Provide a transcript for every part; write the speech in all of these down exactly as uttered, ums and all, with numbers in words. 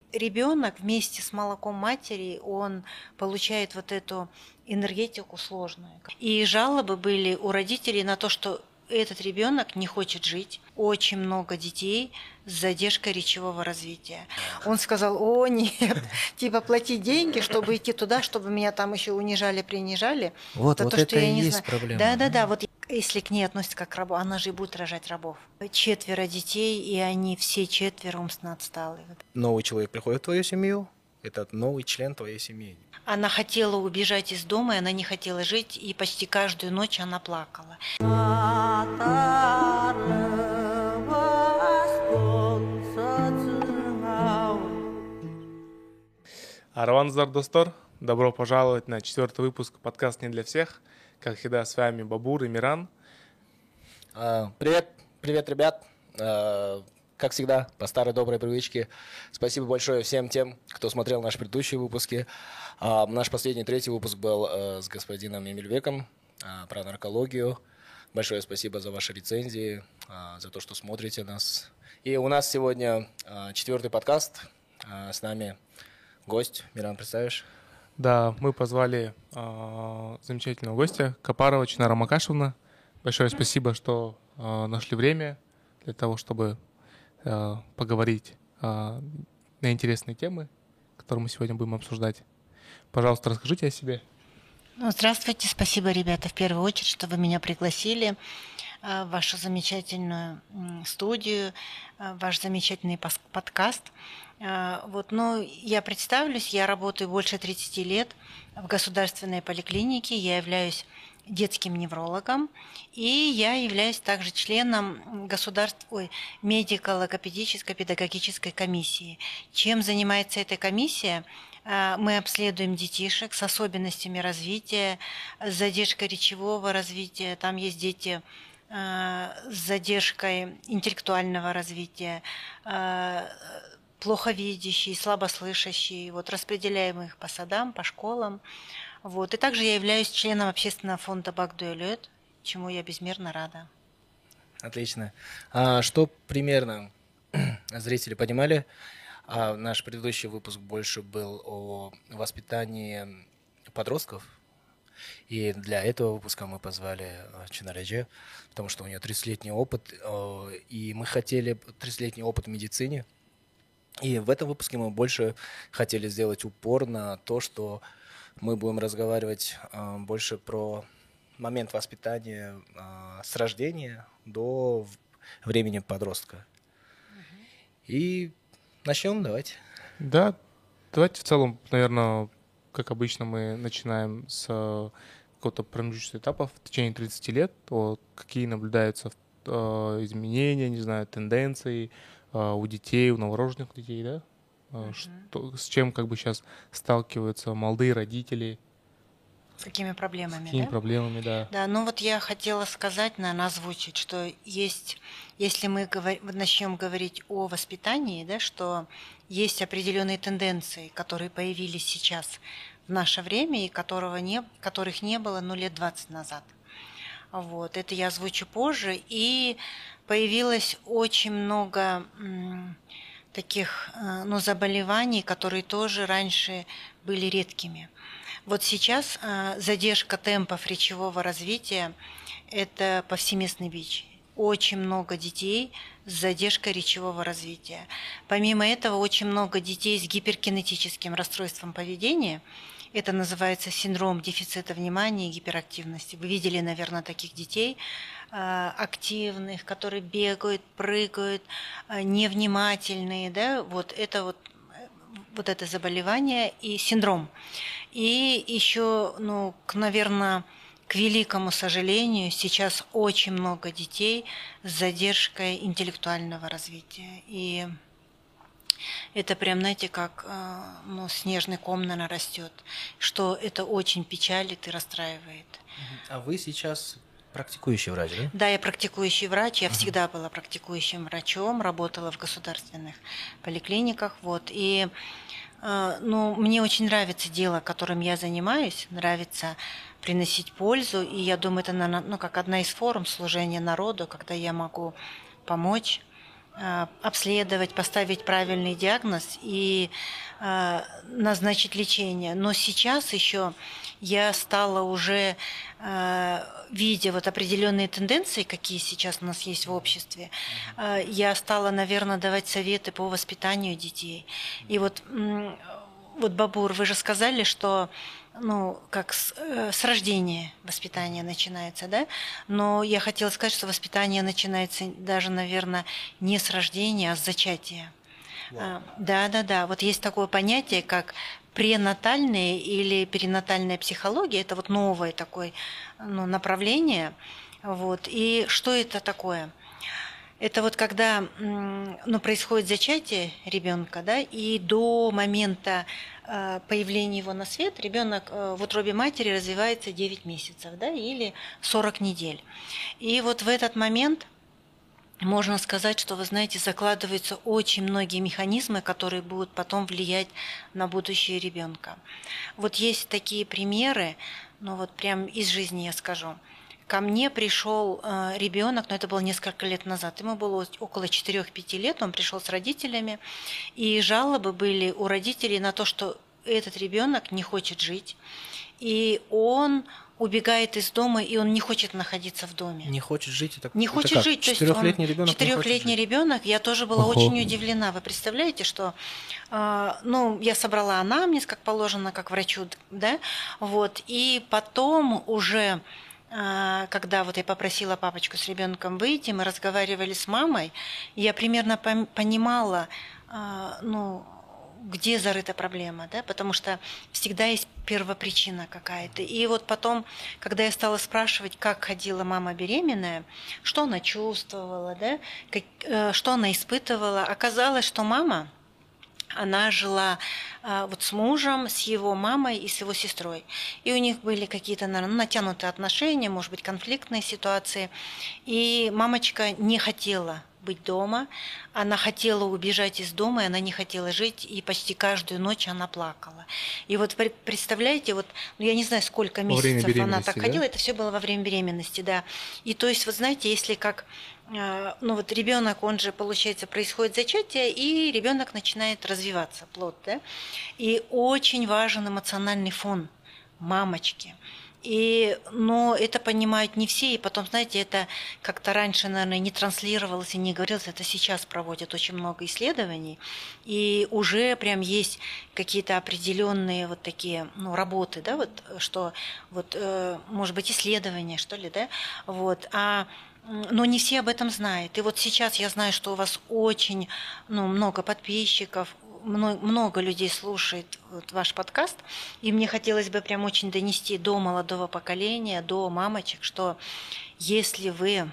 ребенок вместе с молоком матери, он получает вот эту энергетику сложную. И жалобы были у родителей на то, что этот ребенок не хочет жить. Очень много детей с задержкой речевого развития. Он сказал: о, нет, типа платить деньги, чтобы идти туда, чтобы меня там еще унижали, принижали. Вот, за вот то, это что я и не есть знаю. проблема. Да, да, да. Вот если к ней относятся как к рабу, она же и будет рожать рабов. Четверо детей, и они все четверо умственно отсталые. Новый человек приходит в твою семью, это новый член твоей семьи. Она хотела убежать из дома, и она не хотела жить, и почти каждую ночь она плакала. Арванзар достор, добро пожаловать на четвертый выпуск подкаст «Не для всех». Как всегда, с вами Бабур и Миран. А, привет, привет, ребят. А, как всегда, по старой доброй привычке, спасибо большое всем тем, кто смотрел наши предыдущие выпуски. А, наш последний, третий выпуск был а, с господином Эмильвеком а, про наркологию. Большое спасибо за ваши рецензии, а, за то, что смотрите нас. И у нас сегодня а, четвертый подкаст. А, с нами гость. Миран, представишь? Да, мы позвали э, замечательного гостя Капарова Чинара Макашевна. Большое спасибо, что э, нашли время для того, чтобы э, поговорить э, на интересные темы, которые мы сегодня будем обсуждать. Пожалуйста, расскажите о себе. Ну, здравствуйте, спасибо, ребята, в первую очередь, что вы меня пригласили в вашу замечательную студию, в ваш замечательный подкаст. Вот, ну, я представлюсь, я работаю больше тридцати лет в государственной поликлинике, я являюсь детским неврологом, и я являюсь также членом государств... Ой, медико-логопедической педагогической комиссии. Чем занимается эта комиссия? Мы обследуем детишек с особенностями развития, с задержкой речевого развития. Там есть дети с задержкой интеллектуального развития, плоховидящие, слабослышащие. Вот, распределяем их по садам, по школам. Вот. И также я являюсь членом общественного фонда Багдуэлет, чему я безмерно рада. Отлично. А что примерно зрители понимали? А наш предыдущий выпуск больше был о воспитании подростков. И для этого выпуска мы позвали Чинараджи, потому что у нее тридцатилетний опыт, и мы хотели тридцатилетний опыт в медицине. И в этом выпуске мы больше хотели сделать упор на то, что мы будем разговаривать больше про момент воспитания с рождения до времени подростка. Угу. И начнем, давайте. Да, давайте в целом, наверное, как обычно, мы начинаем с какого-то промежуточного этапа в течение тридцати лет, то какие наблюдаются э, изменения, не знаю, тенденции э, у детей, у новорожденных детей, да? Uh-huh. Что, с чем как бы сейчас сталкиваются молодые родители? С какими проблемами, С какими да? проблемами, да. Да, ну вот я хотела сказать, наверное, озвучить, что есть, если мы говор... начнем говорить о воспитании, да, что есть определенные тенденции, которые появились сейчас в наше время и которого не... которых не было, ну, лет двадцать назад. Вот, это я озвучу позже. И появилось очень много м, таких, ну, заболеваний, которые тоже раньше были редкими. Вот сейчас задержка темпов речевого развития – это повсеместный бич. Очень много детей с задержкой речевого развития. Помимо этого, очень много детей с гиперкинетическим расстройством поведения. Это называется синдром дефицита внимания и гиперактивности. Вы видели, наверное, таких детей активных, которые бегают, прыгают, невнимательные. Да? Вот это вот, вот это заболевание и синдром. И еще, ну, к, наверное, к великому сожалению, сейчас очень много детей с задержкой интеллектуального развития. И это прям, знаете, как, ну, снежный ком, наверное, растет, что это очень печалит и расстраивает. А вы сейчас практикующий врач, да? Да, я практикующий врач, я uh-huh. всегда была практикующим врачом, работала в государственных поликлиниках, вот, и ну, мне очень нравится дело, которым я занимаюсь, нравится приносить пользу, и я думаю, это, ну, как одна из форм служения народу, когда я могу помочь э, обследовать, поставить правильный диагноз и э, назначить лечение. Но сейчас еще я стала уже, э, видя вот определенные тенденции, какие сейчас у нас есть в обществе, э, я стала, наверное, давать советы по воспитанию детей. И вот, м, вот Бабур, вы же сказали, что ну, как с, э, с рождения воспитание начинается, да? Но я хотела сказать, что воспитание начинается даже, наверное, не с рождения, а с зачатия. А, да, да, да. Вот есть такое понятие, как пренатальная или перинатальная психология. Это вот новое такое ну, направление. Вот. И что это такое? Это вот когда ну, происходит зачатие ребенка, да, и до момента э, появления его на свет ребенок э, в утробе матери развивается девять месяцев, да, или сорок недель. И вот в этот момент можно сказать, что, вы знаете, закладываются очень многие механизмы, которые будут потом влиять на будущее ребенка. Вот есть такие примеры, ну вот прям из жизни я скажу. Ко мне пришел э, ребенок, но это было несколько лет назад, ему было около четырёх-пяти лет, он пришел с родителями, и жалобы были у родителей на то, что этот ребенок не хочет жить, и он убегает из дома, и он не хочет находиться в доме. Не хочет жить? Это, не это хочет как? жить. Четырехлетний ребенок. Четырехлетний ребенок. Я тоже была Ого. очень удивлена. Вы представляете, что э, ну, я собрала анамнез, как положено, как врачу, да, вот, и потом уже когда вот я попросила папочку с ребенком выйти, мы разговаривали с мамой, я примерно понимала, ну, где зарыта проблема, да, потому что всегда есть первопричина какая-то. И вот потом, когда я стала спрашивать, как ходила мама беременная, что она чувствовала, да, как, что она испытывала, оказалось, что мама, она жила а, вот с мужем, с его мамой и с его сестрой. И у них были какие-то, наверное, натянутые отношения, может быть, конфликтные ситуации. И мамочка не хотела быть дома, она хотела убежать из дома, и она не хотела жить, и почти каждую ночь она плакала. И вот представляете, вот, ну, я не знаю, сколько месяцев она так ходила, да? Это все было во время беременности, да. И то есть, вот знаете, если как ну вот ребенок, он же, получается, происходит зачатие, и ребенок начинает развиваться, плод, да? И очень важен эмоциональный фон мамочки. И, но это понимают не все, и потом, знаете, это как-то раньше, наверное, не транслировалось и не говорилось, это сейчас проводят очень много исследований, и уже прям есть какие-то определенные вот такие, ну, работы, да, вот, что, вот, может быть, исследования, что ли, да, вот, а но не все об этом знают. И вот сейчас я знаю, что у вас очень ну, много подписчиков, много, много людей слушает вот ваш подкаст, и мне хотелось бы прям очень донести до молодого поколения, до мамочек, что если вы,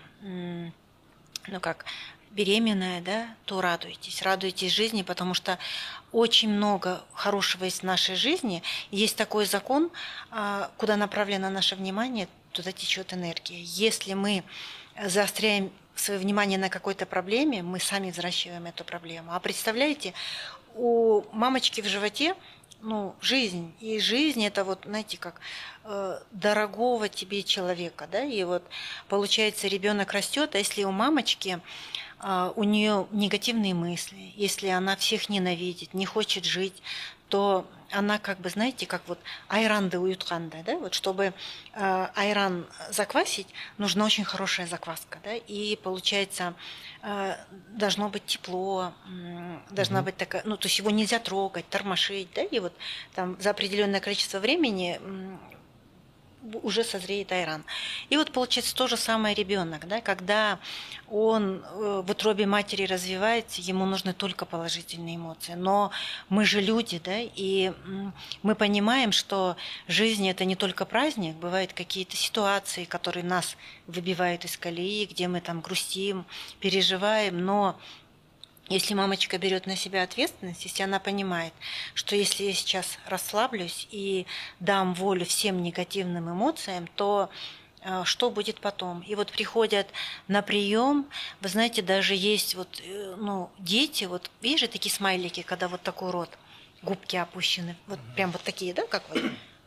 ну как, беременная, да, то радуйтесь, радуйтесь жизни, потому что очень много хорошего есть в нашей жизни. Есть такой закон, куда направлено наше внимание, туда течет энергия. Если мы заостряем свое внимание на какой-то проблеме, мы сами взращиваем эту проблему. А представляете, у мамочки в животе ну, жизнь. И жизнь это вот, знаете, как э, дорогого тебе человека, да, и вот получается ребенок растет, а если у мамочки э, у нее негативные мысли, если она всех ненавидит, не хочет жить, то она как бы, знаете, как вот айранды уютканда, да, вот чтобы э, айран заквасить, нужна очень хорошая закваска, да, и получается э, должно быть тепло, э, должна mm-hmm. быть такая, ну, то есть его нельзя трогать, тормошить, да, и вот там за определенное количество времени э, уже созреет айран. И вот получается то же самое ребенок, да, когда он в утробе матери развивается, ему нужны только положительные эмоции. Но мы же люди, да, и мы понимаем, что жизнь это не только праздник, бывают какие-то ситуации, которые нас выбивают из колеи, где мы там грустим, переживаем, но если мамочка берет на себя ответственность, если она понимает, что если я сейчас расслаблюсь и дам волю всем негативным эмоциям, то э, что будет потом? И вот приходят на прием, вы знаете, даже есть вот, э, ну, дети, вот видишь такие смайлики, когда вот такой рот, губки опущены, вот прям вот такие, да, как вот.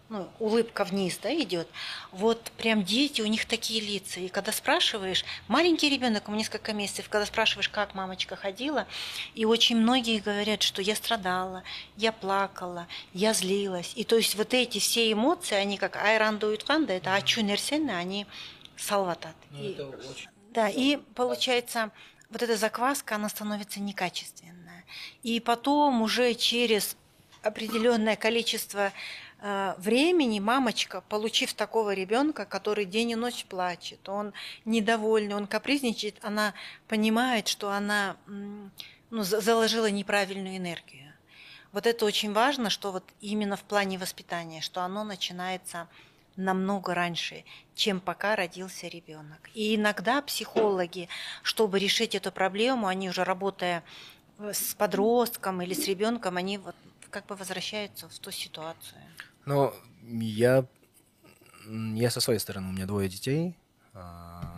ну, улыбка вниз, да, идет. Вот прям дети, у них такие лица. И когда спрашиваешь, маленький ребенок, ему несколько месяцев, когда спрашиваешь, как мамочка ходила, и очень многие говорят, что я страдала, я плакала, я злилась. И то есть вот эти все эмоции, они как айранду ютканда, это ачу нерсены, они салватат. Ну, И- это очень... да, и получается, вот эта закваска, она становится некачественная. И потом уже через определенное количество э, времени мамочка, получив такого ребенка, который день и ночь плачет, он недовольный, он капризничает, она понимает, что она м, ну, за- заложила неправильную энергию. Вот это очень важно, что вот именно в плане воспитания, что оно начинается намного раньше, чем пока родился ребенок. И иногда психологи, чтобы решить эту проблему, они уже работая э, с подростком или с ребенком, они вот как бы возвращаются в ту ситуацию. Но я, м, я со своей стороны, у меня двое детей. а,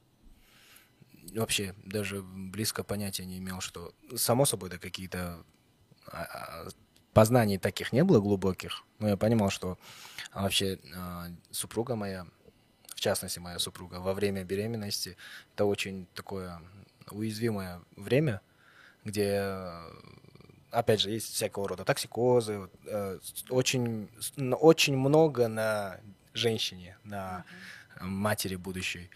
Вообще даже близко понятия не имел, что само собой да какие-то а, а, познаний таких не было глубоких, но я понимал, что а, вообще а, супруга моя, в частности моя супруга, во время беременности, это очень такое уязвимое время, где, э, опять же, есть всякого рода токсикозы, вот, э, с- очень, с- н- очень много на женщине, на э, матери будущей.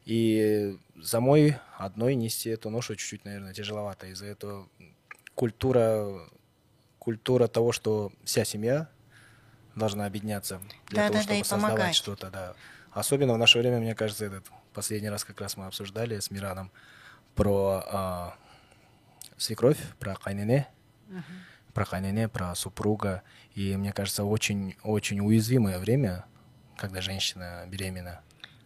И самой одной нести эту ношу чуть-чуть, наверное, тяжеловато. Из-за этого культура, культура того, что вся семья должна объединяться для того, Да-да-да, чтобы и создавать помогать. что-то, да. Особенно в наше время, мне кажется, этот последний раз как раз мы обсуждали с Мираном про а, свекровь, про кайнене, про кайнене, про супруга. И мне кажется, очень-очень уязвимое время, когда женщина беременна.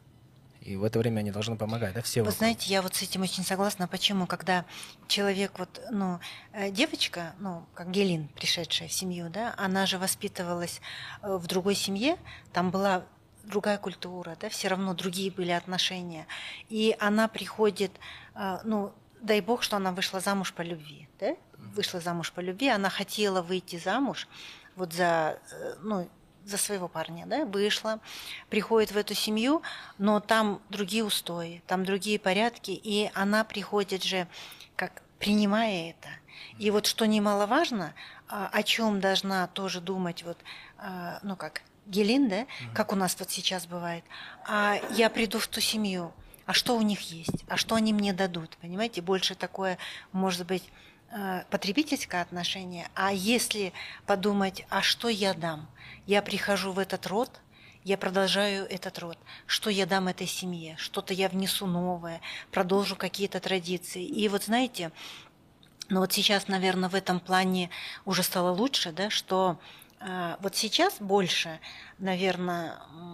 И в это время они должны помогать, да, все Вы вокруг. знаете, я вот с этим очень согласна. Почему? Когда человек, вот, ну, э, девочка, ну, как Гелин, пришедшая в семью, да, она же воспитывалась э, в другой семье, там была другая культура, да, все равно другие были отношения. И она приходит, э, ну, дай бог, что она вышла замуж по любви, да, вышла замуж по любви, она хотела выйти замуж вот за, э, ну, за своего парня, да, вышла, приходит в эту семью, но там другие устои, там другие порядки, и она приходит же, как принимая это. И вот что немаловажно, а, о чем должна тоже думать, вот, а, ну как, Гелин, да, как у нас вот сейчас бывает, а я приду в ту семью, а что у них есть, а что они мне дадут, понимаете, больше такое, может быть, э, потребительское отношение, а если подумать, а что я дам? Я прихожу в этот род, я продолжаю этот род. Что я дам этой семье? Что-то я внесу новое, продолжу какие-то традиции. И вот знаете, ну вот сейчас, наверное, в этом плане уже стало лучше, да, что э, вот сейчас больше, наверное,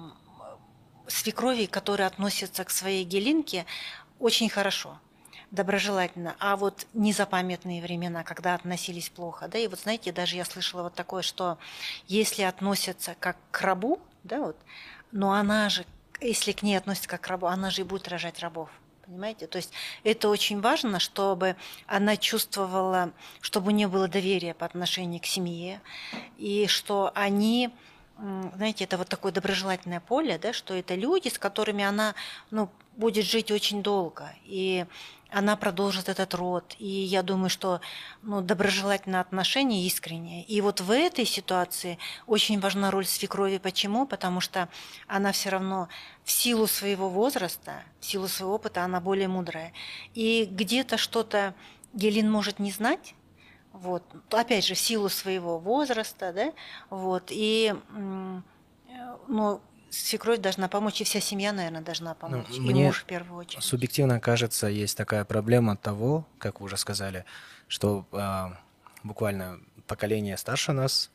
свекрови, которые относятся к своей гелинке, очень хорошо, доброжелательно. А вот незапамятные времена, когда относились плохо, да, и вот знаете, даже я слышала вот такое, что если относятся как к рабу, да, вот, но она же, если к ней относятся как к рабу, она же и будет рожать рабов. Понимаете? То есть это очень важно, чтобы она чувствовала, чтобы у нее было доверие по отношению к семье, и что они, м, знаете, это вот такое доброжелательное поле, да, что это люди, с которыми она, ну, будет жить очень долго, и она продолжит этот род. И я думаю, что, ну, доброжелательное отношение искреннее. И вот в этой ситуации очень важна роль свекрови. Почему? Потому что она все равно в силу своего возраста, в силу своего опыта, она более мудрая. И где-то что-то Гелин может не знать, вот, опять же, в силу своего возраста, да, вот, и, м, э, ну, свекровь должна помочь, и вся семья, наверное, должна Ну, помочь, и мне муж в первую очередь. субъективно кажется, есть такая проблема того, как вы уже сказали, что а, буквально поколение старше нас,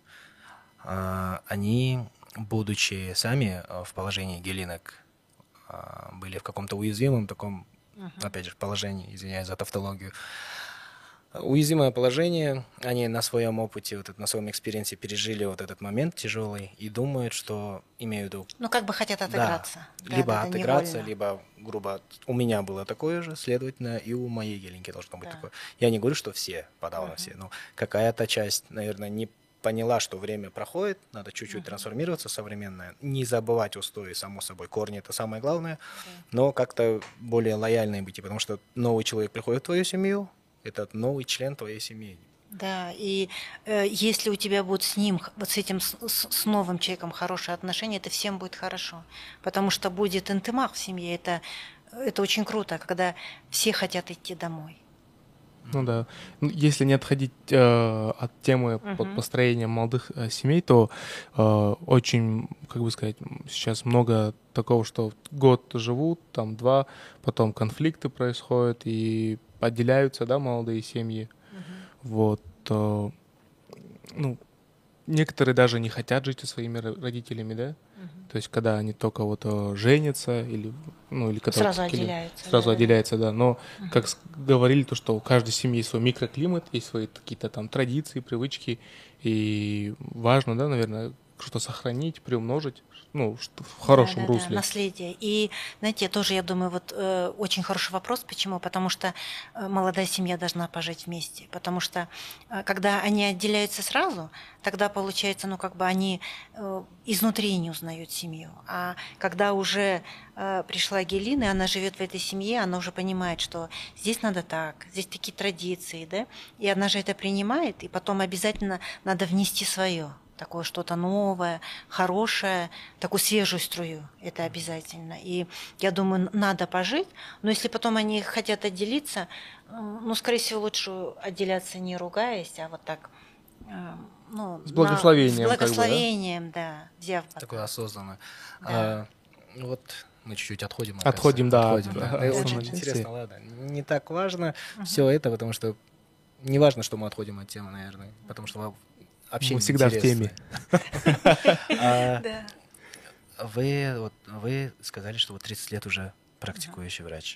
а, они, будучи сами а, в положении гелинок, а, были в каком-то уязвимом таком, опять же, положении, извиняюсь за тавтологию, уязвимое положение, они на своем опыте, вот это, на своем экспириенсе пережили вот этот момент тяжелый и думают, что, имею в виду, Ну, как бы хотят да, отыграться. либо Да-да-да, отыграться, невольно. либо, грубо, у меня было такое же, следовательно, и у моей Геленьки должно быть Да. такое. Я не говорю, что все, подавно все, но какая-то часть, наверное, не поняла, что время проходит, надо чуть-чуть uh-huh. трансформироваться современное, не забывать устои, само собой, корни — это самое главное, uh-huh. но как-то более лояльной быть, потому что новый человек приходит в твою семью, это новый член твоей семьи. Да, и э, если у тебя будут с ним, вот с этим, с, с новым человеком хорошие отношения, это всем будет хорошо, потому что будет интимах в семье, это, это очень круто, когда все хотят идти домой. Ну да. Если не отходить э, от темы uh-huh. под построения молодых э, семей, то э, очень, как бы сказать, сейчас много такого, что год живут, там два, потом конфликты происходят и отделяются, да, молодые семьи. Uh-huh. Вот. Э, ну, некоторые даже не хотят жить со своими родителями, да? То есть, когда они только вот женятся или, ну, или когда сразу вот, отделяются. Сразу да, отделяются, да. Но, угу. как говорили, то, что у каждой семьи есть свой микроклимат, есть свои какие-то там традиции, привычки. И важно, да, наверное, что-то сохранить, приумножить, ну, в хорошем да, да, русле. Да, наследие. И, знаете, тоже, я думаю, вот э, очень хороший вопрос. Почему? Потому что э, молодая семья должна пожить вместе. Потому что, э, когда они отделяются сразу, тогда получается, ну, как бы они э, изнутри не узнают семью. А когда уже э, пришла Гелина, и она живет в этой семье, она уже понимает, что здесь надо так, здесь такие традиции, да, и она же это принимает, и потом обязательно надо внести свое. Такое что-то новое, хорошее, такую свежую струю. Это обязательно. И я думаю, надо пожить. Но если потом они хотят отделиться, ну, скорее всего, лучше отделяться не ругаясь, а вот так. Ну, с благословением. На, с благословением, как бы, да? да. Взяв такое осознанно. Да. А, вот мы чуть-чуть отходим. Отходим, да. Отходим, да. да. Очень Очень интересно, ладно. Не так важно угу. все это, потому что не важно, что мы отходим от темы, наверное, потому что общение мы всегда интересное. В теме. Вы, вы сказали, что вот тридцать лет уже практикующий врач,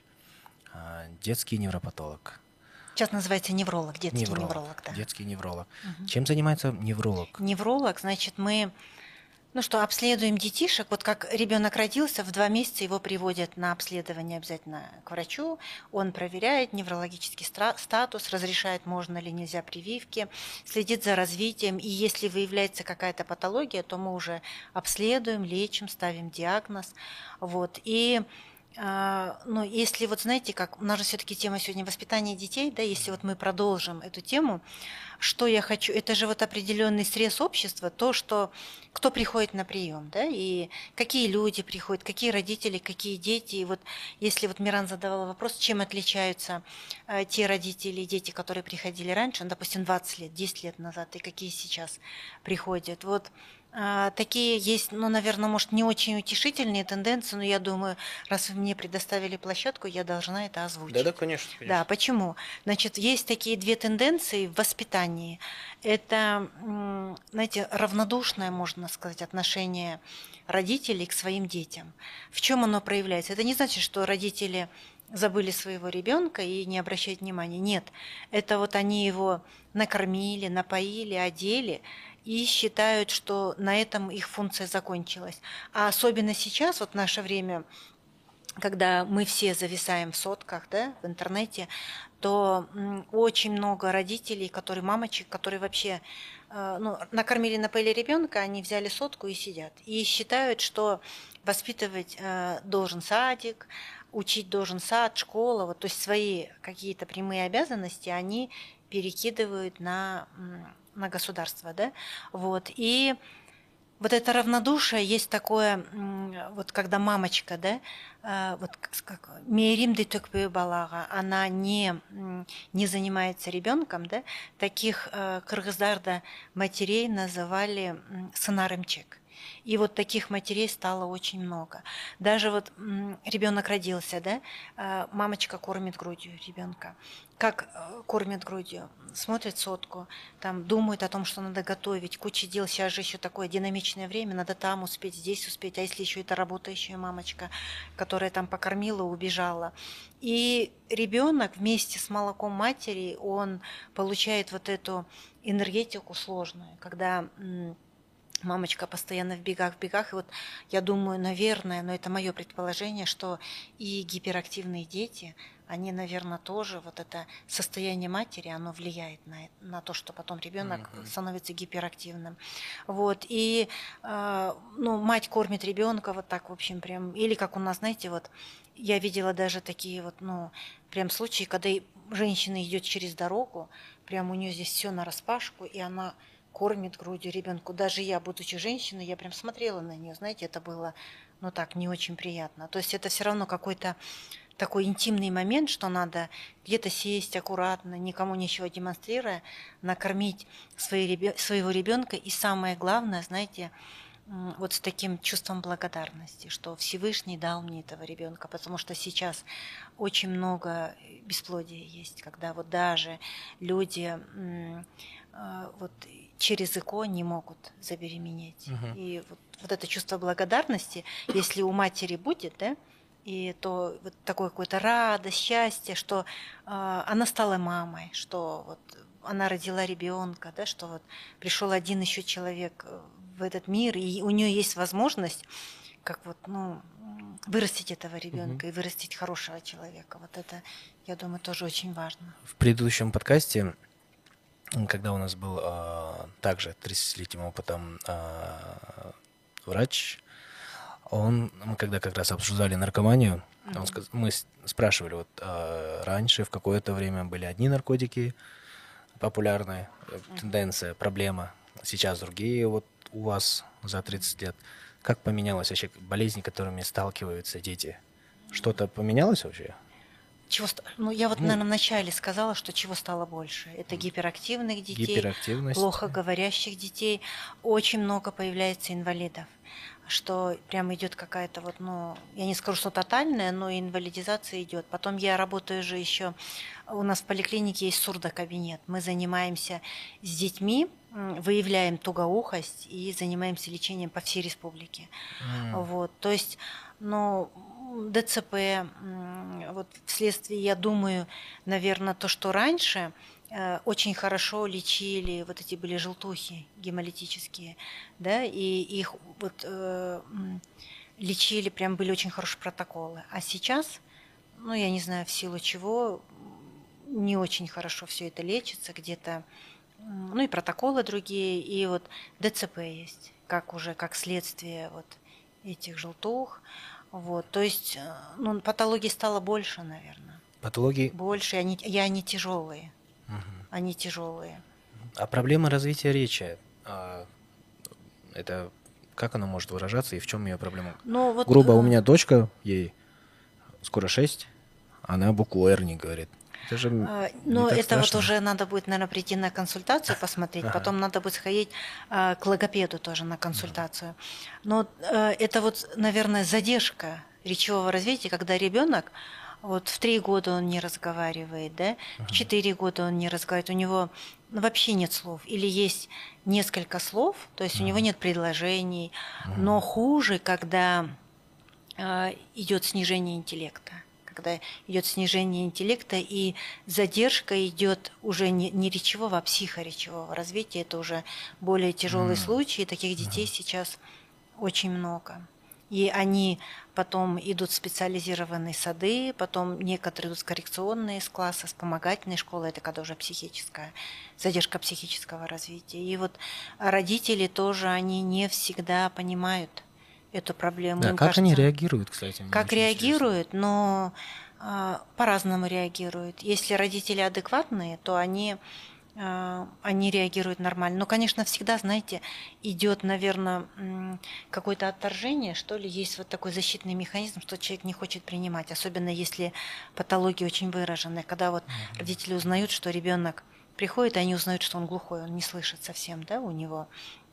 детский невропатолог. Сейчас называется невролог, детский невролог. невролог да. Детский невролог. Угу. Чем занимается невролог? Невролог, значит, мы... Ну что, обследуем детишек. Вот как ребенок родился, в два месяца его приводят на обследование обязательно к врачу. Он проверяет неврологический статус, разрешает, можно ли нельзя прививки, следит за развитием. И если выявляется какая-то патология, то мы уже обследуем, лечим, ставим диагноз. Вот. И ну, если вот знаете, как у нас же все-таки тема сегодня воспитания детей, да, если вот мы продолжим эту тему, что я хочу, это же вот определенный срез общества, то, что кто приходит на прием, да, и какие люди приходят, какие родители, какие дети. И вот если вот Миран задавала вопрос, чем отличаются э, те родители и дети, которые приходили раньше, ну, допустим, двадцать лет, десять лет назад, и какие сейчас приходят, вот. Такие есть, ну, наверное, может, не очень утешительные тенденции, но я думаю, раз вы мне предоставили площадку, я должна это озвучить. Да, да, конечно, конечно. Да, почему? Значит, есть такие две тенденции в воспитании. Это, знаете, равнодушное, можно сказать, отношение родителей к своим детям. В чем оно проявляется? Это не значит, что родители забыли своего ребенка и не обращают внимания. Нет, это вот они его накормили, напоили, одели, и считают, что на этом их функция закончилась. А особенно сейчас, вот в наше время, когда мы все зависаем в сотках, да, в интернете, то очень много родителей, которые, мамочек, которые вообще ну, накормили, напоили ребенка, они взяли сотку и сидят. И считают, что воспитывать должен садик, учить должен сад, школа, вот, то есть свои какие-то прямые обязанности они перекидывают на... на государство, да, вот, и вот это равнодушие есть такое, вот когда мамочка, да, вот как Мейрим детекпе балага, она не, не занимается ребенком, да, таких кыргыздарда матерей называли сынарымчик. И вот таких матерей стало очень много. Даже вот ребенок родился, да, мамочка кормит грудью ребенка. Как кормит грудью? Смотрит сотку, там думает о том, что надо готовить, куча дел. Сейчас же еще такое динамичное время, надо там успеть, здесь успеть. А если еще это работающая мамочка, которая там покормила, убежала. И ребенок вместе с молоком матери, он получает вот эту энергетику сложную, когда мамочка постоянно в бегах, в бегах. И вот я думаю, наверное, но это мое предположение, что и гиперактивные дети они, наверное, тоже, вот это состояние матери, оно влияет на, на то, что потом ребенок Мгм. становится гиперактивным. Вот, и, э, ну, мать кормит ребенка вот так, в общем, прям, или как у нас, знаете, вот, я видела даже такие вот, ну, прям случаи, когда и женщина идет через дорогу, прям у нее здесь все нараспашку, и она кормит грудью ребенку. Даже я, будучи женщиной, я прям смотрела на нее, знаете, это было, ну так, не очень приятно. То есть это все равно какой-то такой интимный момент, что надо где-то сесть аккуратно, никому ничего демонстрируя, накормить свои ребё- своего ребенка. И самое главное, знаете, м, вот с таким чувством благодарности, что Всевышний дал мне этого ребенка, потому что сейчас очень много бесплодия есть, когда вот даже люди м, а, вот через ЭКО не могут забеременеть. Мгм. И вот, вот это чувство благодарности, если у матери будет, да, и то вот такое какое-то радость, счастье, что а, она стала мамой, что вот она родила ребенка, да, что вот пришел один еще человек э, в этот мир, и у нее есть возможность, как вот, ну, м, вырастить этого Мгм. ребенка и вырастить хорошего человека. Вот это, я думаю, тоже очень важно. В предыдущем подкасте, м, когда у нас был а, также тридцатилетним опытом а, врач, он, мы когда как раз обсуждали наркоманию, он Мгм. сказ- мы с- спрашивали, вот а, раньше в какое-то время были одни наркотики популярные, э, тенденция, проблема, сейчас другие вот у вас за тридцать лет. Как поменялось вообще болезни, которыми сталкиваются дети? Что-то поменялось вообще? Чего, ста- ну, я вот, Ну, наверное, вначале сказала, что чего стало больше. Это гиперактивных детей, гиперактивность. плохо говорящих детей. Очень много появляется инвалидов, что прям идет какая-то вот, ну, я не скажу, что тотальная, но инвалидизация идет. Потом я работаю же еще, у нас в поликлинике есть сурдокабинет. Мы занимаемся с детьми, м, выявляем тугоухость и занимаемся лечением по всей республике. М, Вот, то есть, ну, м, ДЦП, м, вот вследствие, я думаю, наверное, то, что раньше э, очень хорошо лечили, вот эти были желтухи гемолитические, да, и их вот э, м, лечили, прям были очень хорошие протоколы. А сейчас, ну, я не знаю, в силу чего, м, не очень хорошо все это лечится, где-то, м, ну, и протоколы другие, и вот ДЦП есть, как уже, как следствие вот этих желтух. Вот, то есть, э, ну, патологий стало больше, наверное. Патологии. Больше, и они, и они тяжелые. Мгм. Они тяжелые. А проблема развития речи, а, это как она может выражаться и в чем ее проблема? Но вот, Грубо, у э, меня дочка, ей скоро шесть, она букву «Р» не говорит. Это же м, э, не но так это вот страшно. уже надо будет, наверное, прийти на консультацию, посмотреть, Ага. потом надо будет сходить э, к логопеду тоже на консультацию. Но э, это вот, наверное, задержка речевого развития, когда ребенок вот в три года он не разговаривает, да, в четыре года он не разговаривает, у него ну, вообще нет слов, или есть несколько слов, то есть у него нет предложений, но хуже, когда а, идет снижение интеллекта. Когда идет снижение интеллекта и задержка идет уже не, не речевого, а психоречевого развития, это уже более тяжелые М, случаи, таких детей сейчас очень много. И они потом идут в специализированные сады, потом некоторые идут в коррекционные с класса, вспомогательные школы, это когда уже психическая, задержка психического развития. И вот родители тоже, они не всегда понимают эту проблему. Да, Им как они кажется, реагируют, кстати, мне как очень интересно. реагируют, но а, по-разному реагируют. Если родители адекватные, то они, а, они реагируют нормально. Но, конечно, всегда, знаете, идет, наверное, какое-то отторжение, что ли, есть вот такой защитный механизм, что человек не хочет принимать, особенно если патология очень выраженная, когда вот родители узнают, что ребенок приходит, и они узнают, что он глухой, он не слышит совсем, да, у него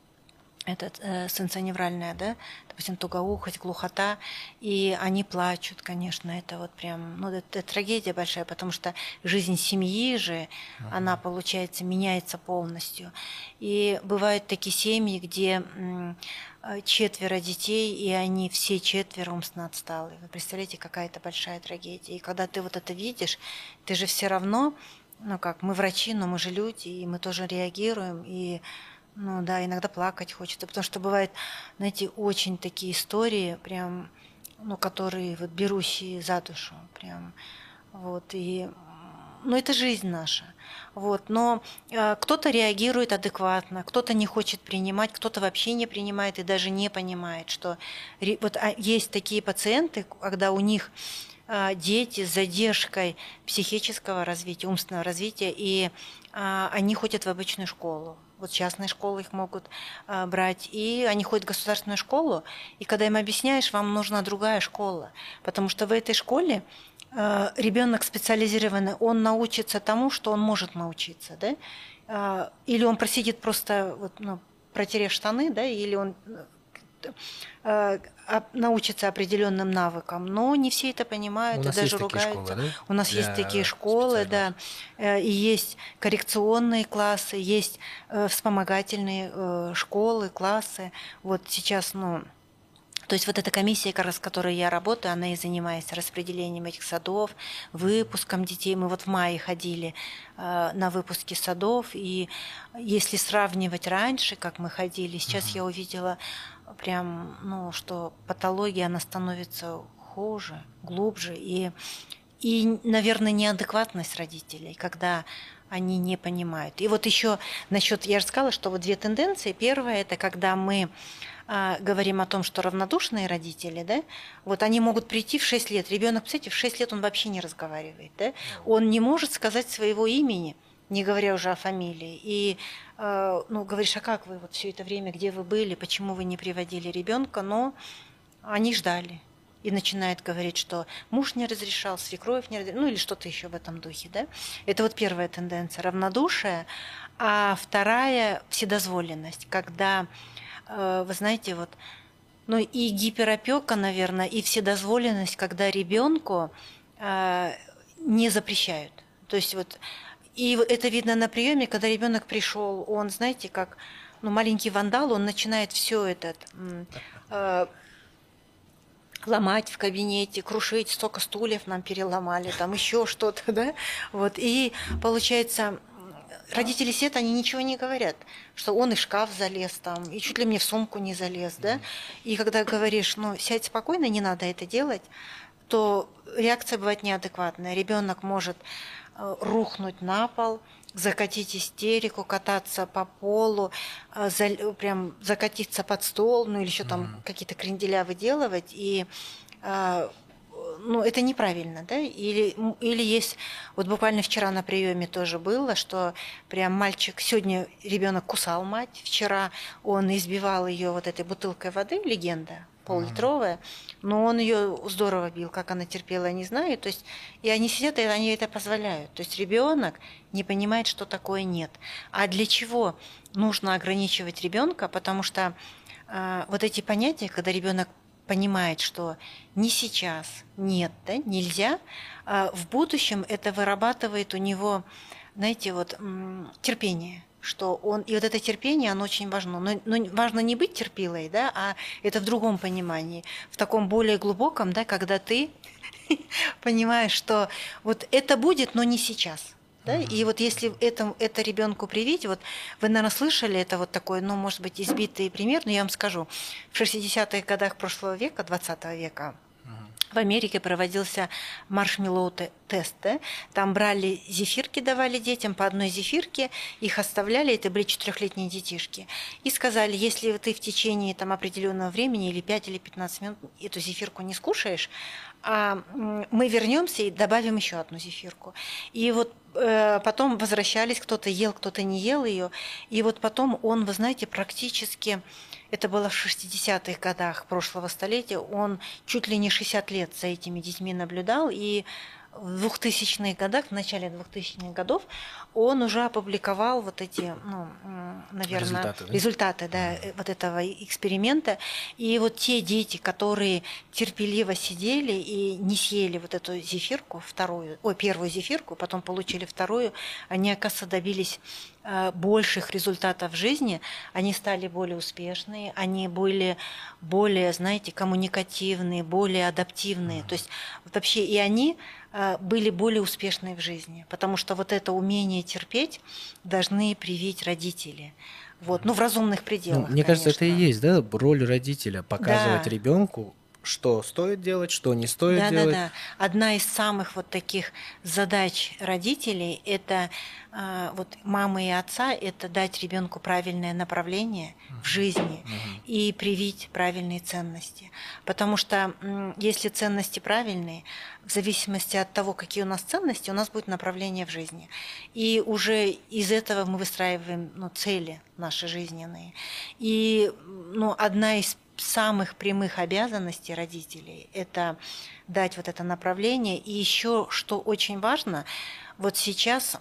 этот э, сенсоневральная, да, допустим, тугоухость, глухота, и они плачут, конечно, это вот прям, ну, это, это трагедия большая, потому что жизнь семьи же, она, получается, меняется полностью. И бывают такие семьи, где м, э, четверо детей, и они все четверо умственно отсталые. Вы представляете, какая это большая трагедия. И когда ты вот это видишь, ты же все равно, ну как, мы врачи, но мы же люди, и мы тоже реагируем, и ну да, иногда плакать хочется, потому что бывает, знаете, очень такие истории, прям, ну, которые вот берущие за душу, прям Вот, и, ну, это жизнь наша. Вот, но э, кто-то реагирует адекватно, кто-то не хочет принимать, кто-то вообще не принимает и даже не понимает, что ре, вот а, есть такие пациенты, когда у них э, дети с задержкой психического развития, умственного развития, и э, они ходят в обычную школу. Вот частные школы их могут э, брать, и они ходят в государственную школу, и когда им объясняешь, вам нужна другая школа, потому что в этой школе э, ребенок специализированный, он научится тому, что он может научиться, да? Э, или он просидит просто, вот, ну, протерев штаны, да, или он э, научится определенным навыкам, но не все это понимают У и нас даже есть такие ругаются. школы, да? У нас Для есть такие школы, да, э, и есть коррекционные классы, есть э, вспомогательные э, школы, классы. Вот сейчас, ну, то есть вот эта комиссия, как раз, с которой я работаю, она и занимается распределением этих садов, выпуском детей. Мы вот в мае ходили э, на выпуски садов, и если сравнивать раньше, как мы ходили, сейчас я увидела прям, ну, что патология, она становится хуже, глубже, и, и, наверное, неадекватность родителей, когда они не понимают. И вот еще насчет, я же сказала, что вот две тенденции. Первая – это когда мы а, говорим о том, что равнодушные родители, да, вот они могут прийти в шесть лет. Ребенок, кстати, в шесть лет он вообще не разговаривает, да, он не может сказать своего имени, не говоря уже о фамилии. И э, ну, говоришь, а как вы вот все это время, где вы были, почему вы не приводили ребенка? Но они ждали. И начинает говорить, что муж не разрешал, свекровь не разрешал, ну или что-то еще в этом духе. Да? Это вот первая тенденция, равнодушие. А вторая – вседозволенность, когда, э, вы знаете, вот, ну и гиперопека, наверное, и вседозволенность, когда ребенку э, не запрещают. То есть вот, и это видно на приеме, когда ребенок пришел, он, знаете, как, ну, маленький вандал, он начинает все это э, ломать в кабинете, крушить, столько стульев нам переломали, там еще что-то, да, вот, и получается, родители сидят, они ничего не говорят, что он и в шкаф залез там, и чуть ли мне в сумку не залез, да, и когда говоришь, ну, сядь спокойно, не надо это делать, то реакция бывает неадекватная, ребенок может рухнуть на пол, закатить истерику, кататься по полу, за, прям закатиться под стол, ну или еще там mm-hmm. какие-то кренделя выделывать, и ну, это неправильно, да, или, или есть, вот буквально вчера на приеме тоже было, что прям мальчик, сегодня ребенок кусал мать, вчера он избивал ее вот этой бутылкой воды, легенда, пол-литровая, но он ее здорово бил, как она терпела, я не знаю. То есть, и они сидят, и они это позволяют. То есть ребенок не понимает, что такое нет. А для чего нужно ограничивать ребенка? Потому что э, вот эти понятия, когда ребенок понимает, что не сейчас, нет, да, нельзя, э, в будущем это вырабатывает у него, знаете, вот м- терпение. Что он, и вот это терпение, оно очень важно. Но, но важно не быть терпилой, да, а это в другом понимании, в таком более глубоком, да, когда ты понимаешь, что вот это будет, но не сейчас. Да? Uh-huh. И вот если это, это ребенку привить, вот вы, наверное, слышали, это вот такой, ну, может быть, избитый пример, но я вам скажу, в шестидесятых годах прошлого века, двадцатого века, в Америке проводился маршмеллоу-тест. Да? Там брали зефирки, давали детям по одной зефирке, их оставляли, это были четырехлетние детишки. И сказали, если ты в течение там, определенного времени, или пять или пятнадцать минут, эту зефирку не скушаешь, а мы вернемся и добавим еще одну зефирку. И вот э, потом возвращались, кто-то ел, кто-то не ел ее. И вот потом он, вы знаете, практически... Это было в шестидесятых годах прошлого столетия. Он чуть ли не шестьдесят лет за этими детьми наблюдал. И в двухтысячных годах, в начале двухтысячных годов, он уже опубликовал вот эти, ну, наверное, результаты, да? результаты да, вот этого эксперимента. И вот те дети, которые терпеливо сидели и не съели вот эту зефирку, вторую, ой, первую зефирку, потом получили вторую, они, оказывается, добились больших результатов в жизни, они стали более успешные, они были более, знаете, коммуникативные, более адаптивные. То есть вообще и они были более успешные в жизни, потому что вот это умение терпеть должны привить родители. Вот, ну, в разумных пределах. Ну, мне конечно. кажется, это и есть, да, роль родителя, показывать да. ребенку, что стоит делать, что не стоит Да, делать. да, да. Одна из самых вот таких задач родителей – это э, вот мамы и отца – это дать ребенку правильное направление в жизни и привить правильные ценности. Потому что м, если ценности правильные, в зависимости от того, какие у нас ценности, у нас будет направление в жизни. И уже из этого мы выстраиваем, ну, цели наши жизненные. И, ну, одна из самых прямых обязанностей родителей – это дать вот это направление. И еще, что очень важно, вот сейчас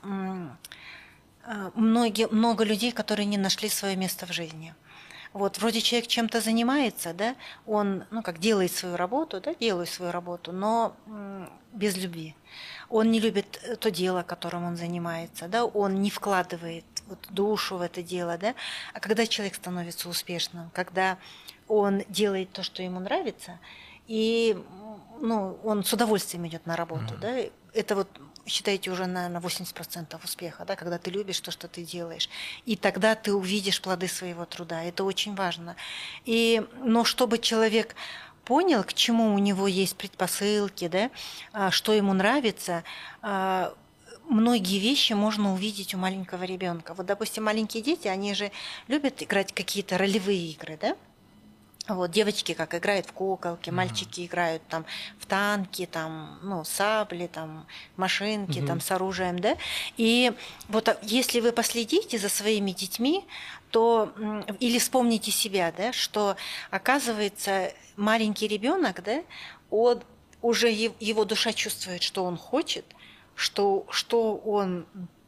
многие, много людей, которые не нашли свое место в жизни. Вот, вроде человек чем-то занимается, да, он, ну, как делает свою работу, да, делает свою работу, но без любви. Он не любит то дело, которым он занимается, да, он не вкладывает вот душу в это дело, да. А когда человек становится успешным, когда он делает то, что ему нравится, и, ну, он с удовольствием идет на работу, mm-hmm. да, это вот, считайте, уже, наверное, восемьдесят процентов успеха, да, когда ты любишь то, что ты делаешь. И тогда ты увидишь плоды своего труда. Это очень важно. И, но чтобы человек понял, к чему у него есть предпосылки, да, что ему нравится, многие вещи можно увидеть у маленького ребенка. Вот, допустим, маленькие дети, они же любят играть какие-то ролевые игры, да? Вот, девочки как играют в куколки, mm-hmm. мальчики играют там в танки, там, ну, сабли, там, машинки, mm-hmm. там, с оружием, да. И вот если вы последите за своими детьми, то или вспомните себя, да, что оказывается маленький ребенок, да, он уже его душа чувствует, что он хочет, что, что он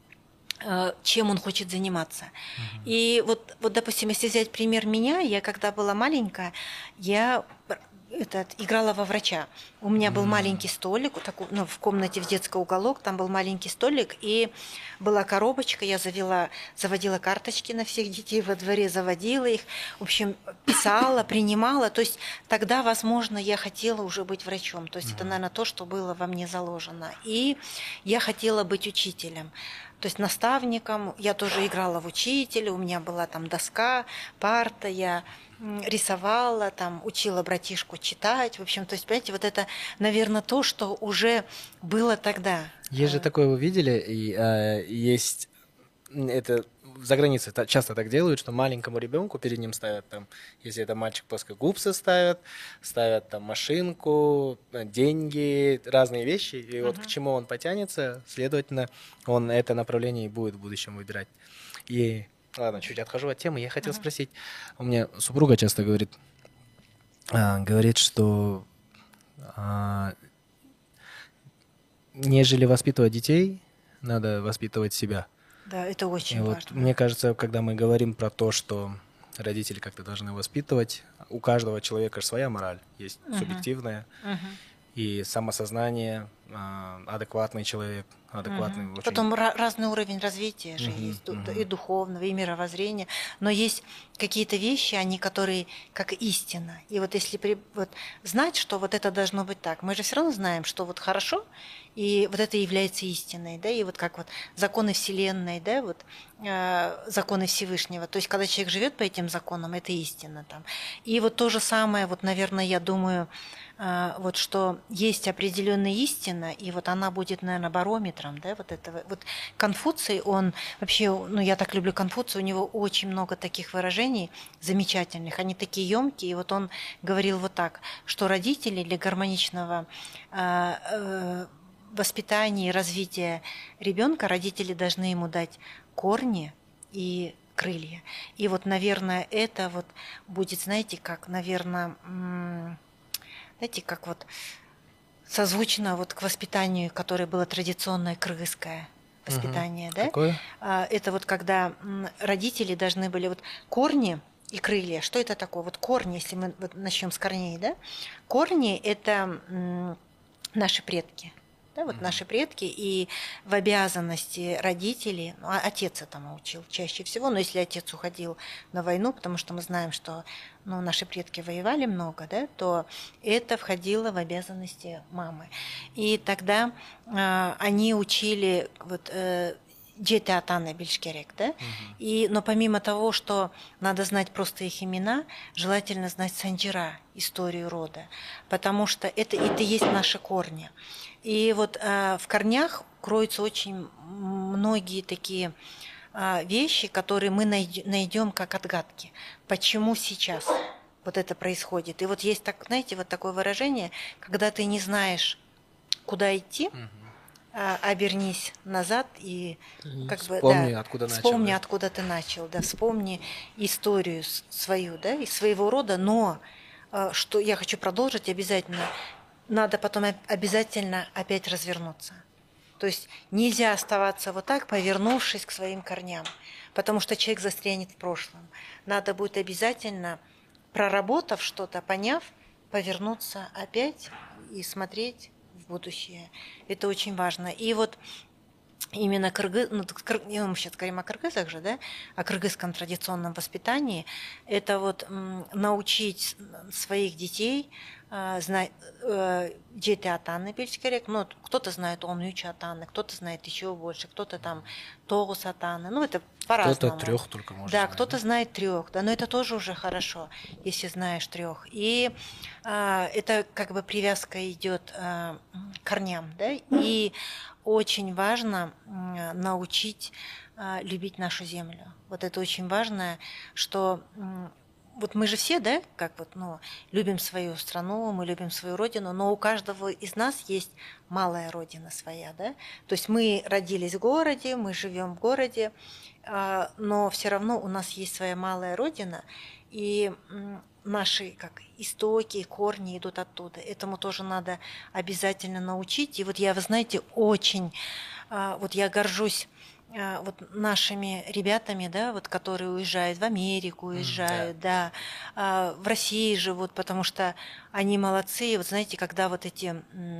чем он хочет заниматься. Uh-huh. И вот, вот, допустим, если взять пример меня, я когда была маленькая, я этот, играла во врача. У меня был mm-hmm. маленький столик, такой, ну, в комнате в детский уголок, там был маленький столик, и была коробочка, я завела, заводила карточки на всех детей во дворе, заводила их, в общем, писала, принимала. То есть тогда, возможно, я хотела уже быть врачом. То есть mm-hmm. это, наверное, то, что было во мне заложено. И я хотела быть учителем. То есть наставником, я тоже играла в учителя, у меня была там доска, парта, я рисовала, там, учила братишку читать. В общем, то есть, понимаете, вот это, наверное, то, что уже было тогда. Есть же такое, вы видели, и э, есть это за границей часто так делают, что маленькому ребенку перед ним ставят там, если это мальчик, плоскогубцы ставят, ставят там машинку, деньги, разные вещи, и uh-huh. вот к чему он потянется, следовательно, он это направление и будет в будущем выбирать. И ладно, чуть отхожу от темы. Я хотел uh-huh. спросить, у меня супруга часто говорит, а, говорит, что а, нежели воспитывать детей, надо воспитывать себя. Да, это очень и важно. Вот, мне кажется, когда мы говорим про то, что родители как-то должны воспитывать, у каждого человека же своя мораль, есть uh-huh. субъективная, uh-huh. и самосознание, адекватный человек, адекватный. Угу. Очень... Потом разный уровень развития же угу, есть, угу. и духовного, и мировоззрения, но есть какие-то вещи, они, которые как истина. И вот если при... вот, знать, что вот это должно быть так, мы же все равно знаем, что вот хорошо, и вот это является истиной, да, и вот как вот законы Вселенной, да, вот э, законы Всевышнего. То есть, когда человек живет по этим законам, это истина там. И вот то же самое, вот, наверное, я думаю, э, вот что есть определенная истина, и вот она будет, наверное, барометром, да, вот этого. Вот Конфуций, он вообще, ну, я так люблю Конфуция, у него очень много таких выражений замечательных, они такие емкие, и вот он говорил вот так, что родители для гармоничного э, э, воспитания и развития ребенка родители должны ему дать корни и крылья. И вот, наверное, это вот будет, знаете, как, наверное, знаете, как вот созвучно вот к воспитанию, которое было традиционное крымское воспитание, угу. да? Какое? Это вот когда родители должны были вот корни и крылья. Что это такое? Вот корни, если мы вот начнем с корней, да? Корни – это наши предки. Да, вот mm-hmm. наши предки, и в обязанности родителей, ну, отец этому учил чаще всего, но если отец уходил на войну, потому что мы знаем, что ну, наши предки воевали много, да, то это входило в обязанности мамы. И тогда э, они учили вот, э, дети атаны бельшкерек, да? Угу. И, но помимо того, что надо знать просто их имена, желательно знать санджира, историю рода, потому что это, это и есть наши корни. И вот э, в корнях кроются очень многие такие э, вещи, которые мы найдем как отгадки. Почему сейчас вот это происходит? И вот есть, так, знаете, вот такое выражение, когда ты не знаешь, куда идти, угу. обернись назад и как вспомни, бы, да, откуда вспомни, начал, откуда ты начал, да, вспомни историю свою, да, из своего рода, но что я хочу продолжить обязательно, надо потом обязательно опять развернуться. То есть нельзя оставаться вот так, повернувшись к своим корням, потому что человек застрянет в прошлом. Надо будет обязательно, проработав что-то, поняв, повернуться опять и смотреть в будущее. Это очень важно. И вот именно кыргыз, ну, мы сейчас говорим о кыргызах же, да, о кыргызском традиционном воспитании, это вот м, научить своих детей э, знать э, дети атаны бельшкерек, ну, кто-то знает он ючи атаны, кто-то знает еще больше, кто-то там тогус атаны, ну, это по-разному. Кто-то трех только может Да, знать, кто-то да? знает трех, да, но это тоже уже хорошо, если знаешь трех. И э, это как бы привязка идет э, к корням, да, и очень важно э, научить э, любить нашу землю. Вот это очень важно, что э, вот мы же все, да, как вот, ну, любим свою страну, мы любим свою родину, но у каждого из нас есть малая родина своя, да. То есть мы родились в городе, мы живем в городе, э, но все равно у нас есть своя малая родина, и э, наши как истоки, корни идут оттуда. Этому тоже надо обязательно научить. И вот я, вы знаете, очень, вот я горжусь вот нашими ребятами, да, вот, которые уезжают в Америку, уезжают, mm, да. да, в России живут, потому что они молодцы. И вот знаете, когда вот эти...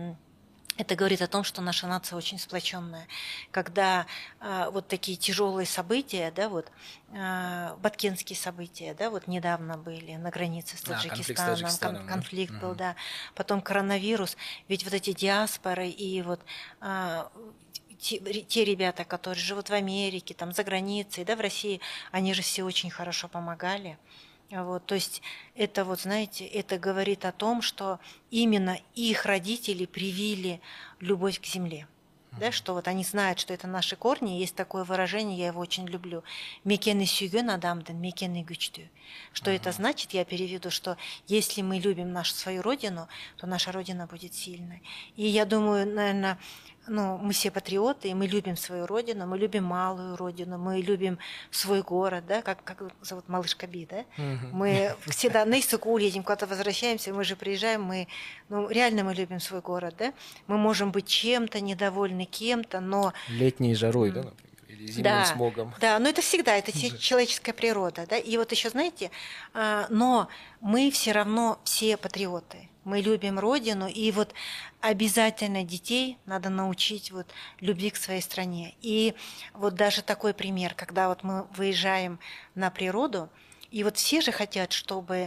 Это говорит о том, что наша нация очень сплоченная. Когда э, вот такие тяжелые события, да, вот э, баткенские события, да, вот недавно были на границе с Таджикистаном, а, конфликт, с кон- конфликт да? был, угу. да, потом коронавирус, ведь вот эти диаспоры и вот э, те, те ребята, которые живут в Америке, там за границей, да, в России, они же все очень хорошо помогали. Вот, то есть это вот, знаете, это говорит о том, что именно их родители привили любовь к земле. Да, что вот они знают, что это наши корни. Есть такое выражение, я его очень люблю. Мекенный сүйген адамдын мекенный güçtü. Что uh-huh. это значит? Я переведу, что если мы любим нашу свою родину, то наша родина будет сильной. И я думаю, наверное, ну, мы все патриоты, и мы любим свою родину, мы любим малую родину, мы любим свой город, да, как, как зовут малышка Би, да? Uh-huh. Мы всегда на Исыкуль едем, куда-то возвращаемся, мы же приезжаем, мы, ну, реально мы любим свой город, да? Мы можем быть чем-то недовольны, кем-то, но... Летней жарой, да, например? Или зимним да, смогом. Да, но это всегда, это человеческая природа, да? И вот еще, знаете, но мы все равно все патриоты. Мы любим родину, и вот обязательно детей надо научить вот любви к своей стране. И вот даже такой пример, когда вот мы выезжаем на природу, и вот все же хотят, чтобы,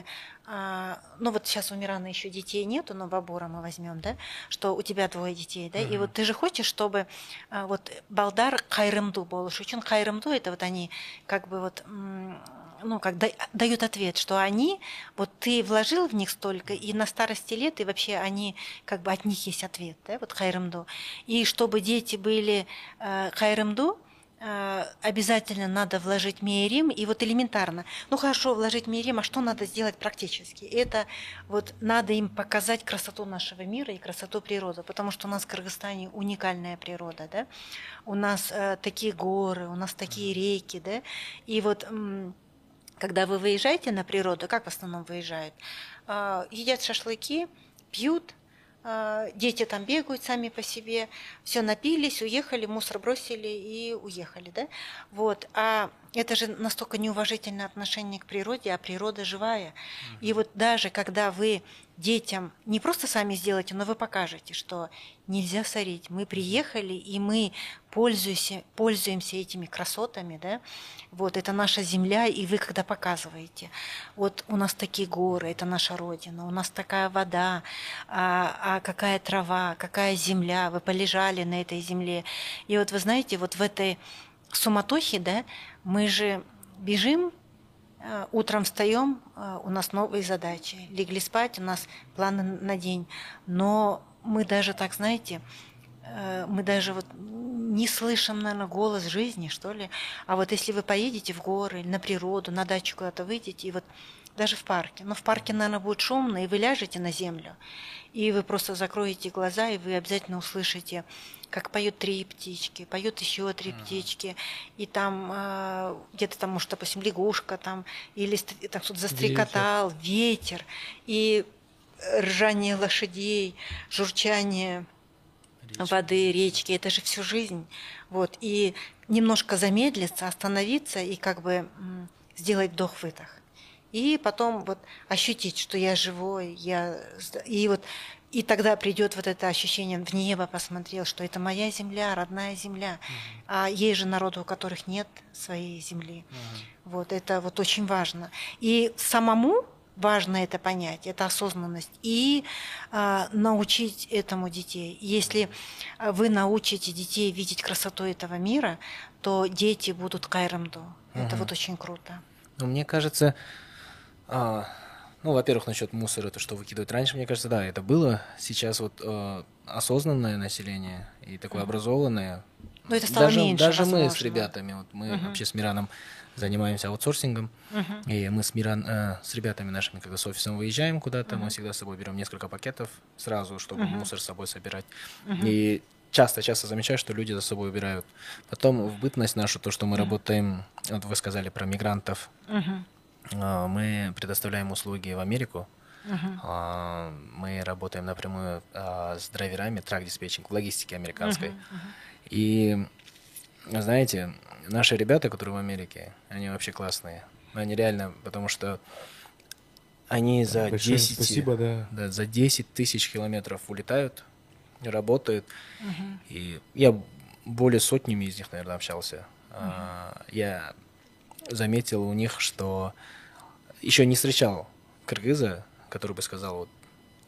ну вот сейчас у Мираны еще детей нету, но Бабура мы возьмем, да, что у тебя двое детей, да, uh-huh. и вот ты же хочешь, чтобы вот балдар кайрымду болуш үшін кайрымду, это вот они как бы вот, ну, как дают ответ, что они, вот ты вложил в них столько, и на старости лет, и вообще они, как бы от них есть ответ, да, вот хайрымду. И чтобы дети были э, хайрымду, э, обязательно надо вложить мейрим, и вот элементарно. Ну, хорошо, вложить мейрим, а что надо сделать практически? Это вот надо им показать красоту нашего мира и красоту природы, потому что у нас в Кыргызстане уникальная природа, да, у нас э, такие горы, у нас такие реки, да, и вот... М- Когда вы выезжаете на природу, как в основном выезжают? Едят шашлыки, пьют, дети там бегают сами по себе, все напились, уехали, мусор бросили и уехали, да? Вот. А это же настолько неуважительное отношение к природе, а природа живая. И вот даже когда вы детям не просто сами сделаете, но вы покажете, что нельзя сорить. Мы приехали, и мы пользуемся, пользуемся этими красотами, да? Вот, это наша земля, и вы когда показываете, вот у нас такие горы, это наша родина, у нас такая вода, а, а какая трава, какая земля, вы полежали на этой земле. И вот вы знаете, вот в этой суматохе, да, мы же бежим, э, утром встаем, э, у нас новые задачи, легли спать, у нас планы на день, но мы даже так, знаете, э, мы даже вот не слышим, наверное, голос жизни, что ли. А вот если вы поедете в горы, на природу, на дачу куда-то выйдете, и вот даже в парке, но в парке, наверное, будет шумно, и вы ляжете на землю, и вы просто закроете глаза, и вы обязательно услышите, как поют три птички, поют еще три Мгм. птички, и там э, где-то там, может, допустим, лягушка там, или ст- там кто-то застрекотал, ветер, и ржание лошадей, журчание Речь. воды, речки, это же всю жизнь. Вот. И немножко замедлиться, остановиться и как бы м, сделать вдох-выдох. И потом вот ощутить, что я живой, я... зд- И вот и тогда придет вот это ощущение, в небо посмотрел, что это моя земля, родная земля. Мгм. А есть же народы, у которых нет своей земли. Мгм. Вот это вот очень важно. И самому важно это понять, это осознанность, и а, научить этому детей. Если а, вы научите детей видеть красоту этого мира, то дети будут кайрамду. Это Мгм. вот очень круто. Ну, мне кажется, а, ну, во-первых, насчет мусора, то, что выкидывают раньше, мне кажется, да, это было. Сейчас вот э, осознанное население и такое Мгм. образованное. Но это стало Даже, меньше, даже мы с возможно. ребятами, вот мы Мгм. вообще с Мираном занимаемся аутсорсингом, Мгм. и мы с, Миран, э, с ребятами нашими, когда с офисом выезжаем куда-то, мы Мгм. всегда с собой берем несколько пакетов сразу, чтобы Мгм. мусор с собой собирать. Мгм. И часто-часто замечаю, что люди за собой убирают. Потом в бытность нашу, то, что мы Мгм. работаем, вот вы сказали про мигрантов, Мгм. а, мы предоставляем услуги в Америку. Мгм. А, Мы работаем напрямую а, с драйверами, трак-диспетчинг в логистике американской. Мгм. Мгм. И, знаете, наши ребята, которые в Америке, они вообще классные. Они реально, потому что они за Большое десять, спасибо, да. да, за десять тысяч километров улетают, работают. Мгм. И я более сотнями из них, наверное, общался. А, Я заметил у них, что еще не встречал кыргыза, который бы сказал, вот,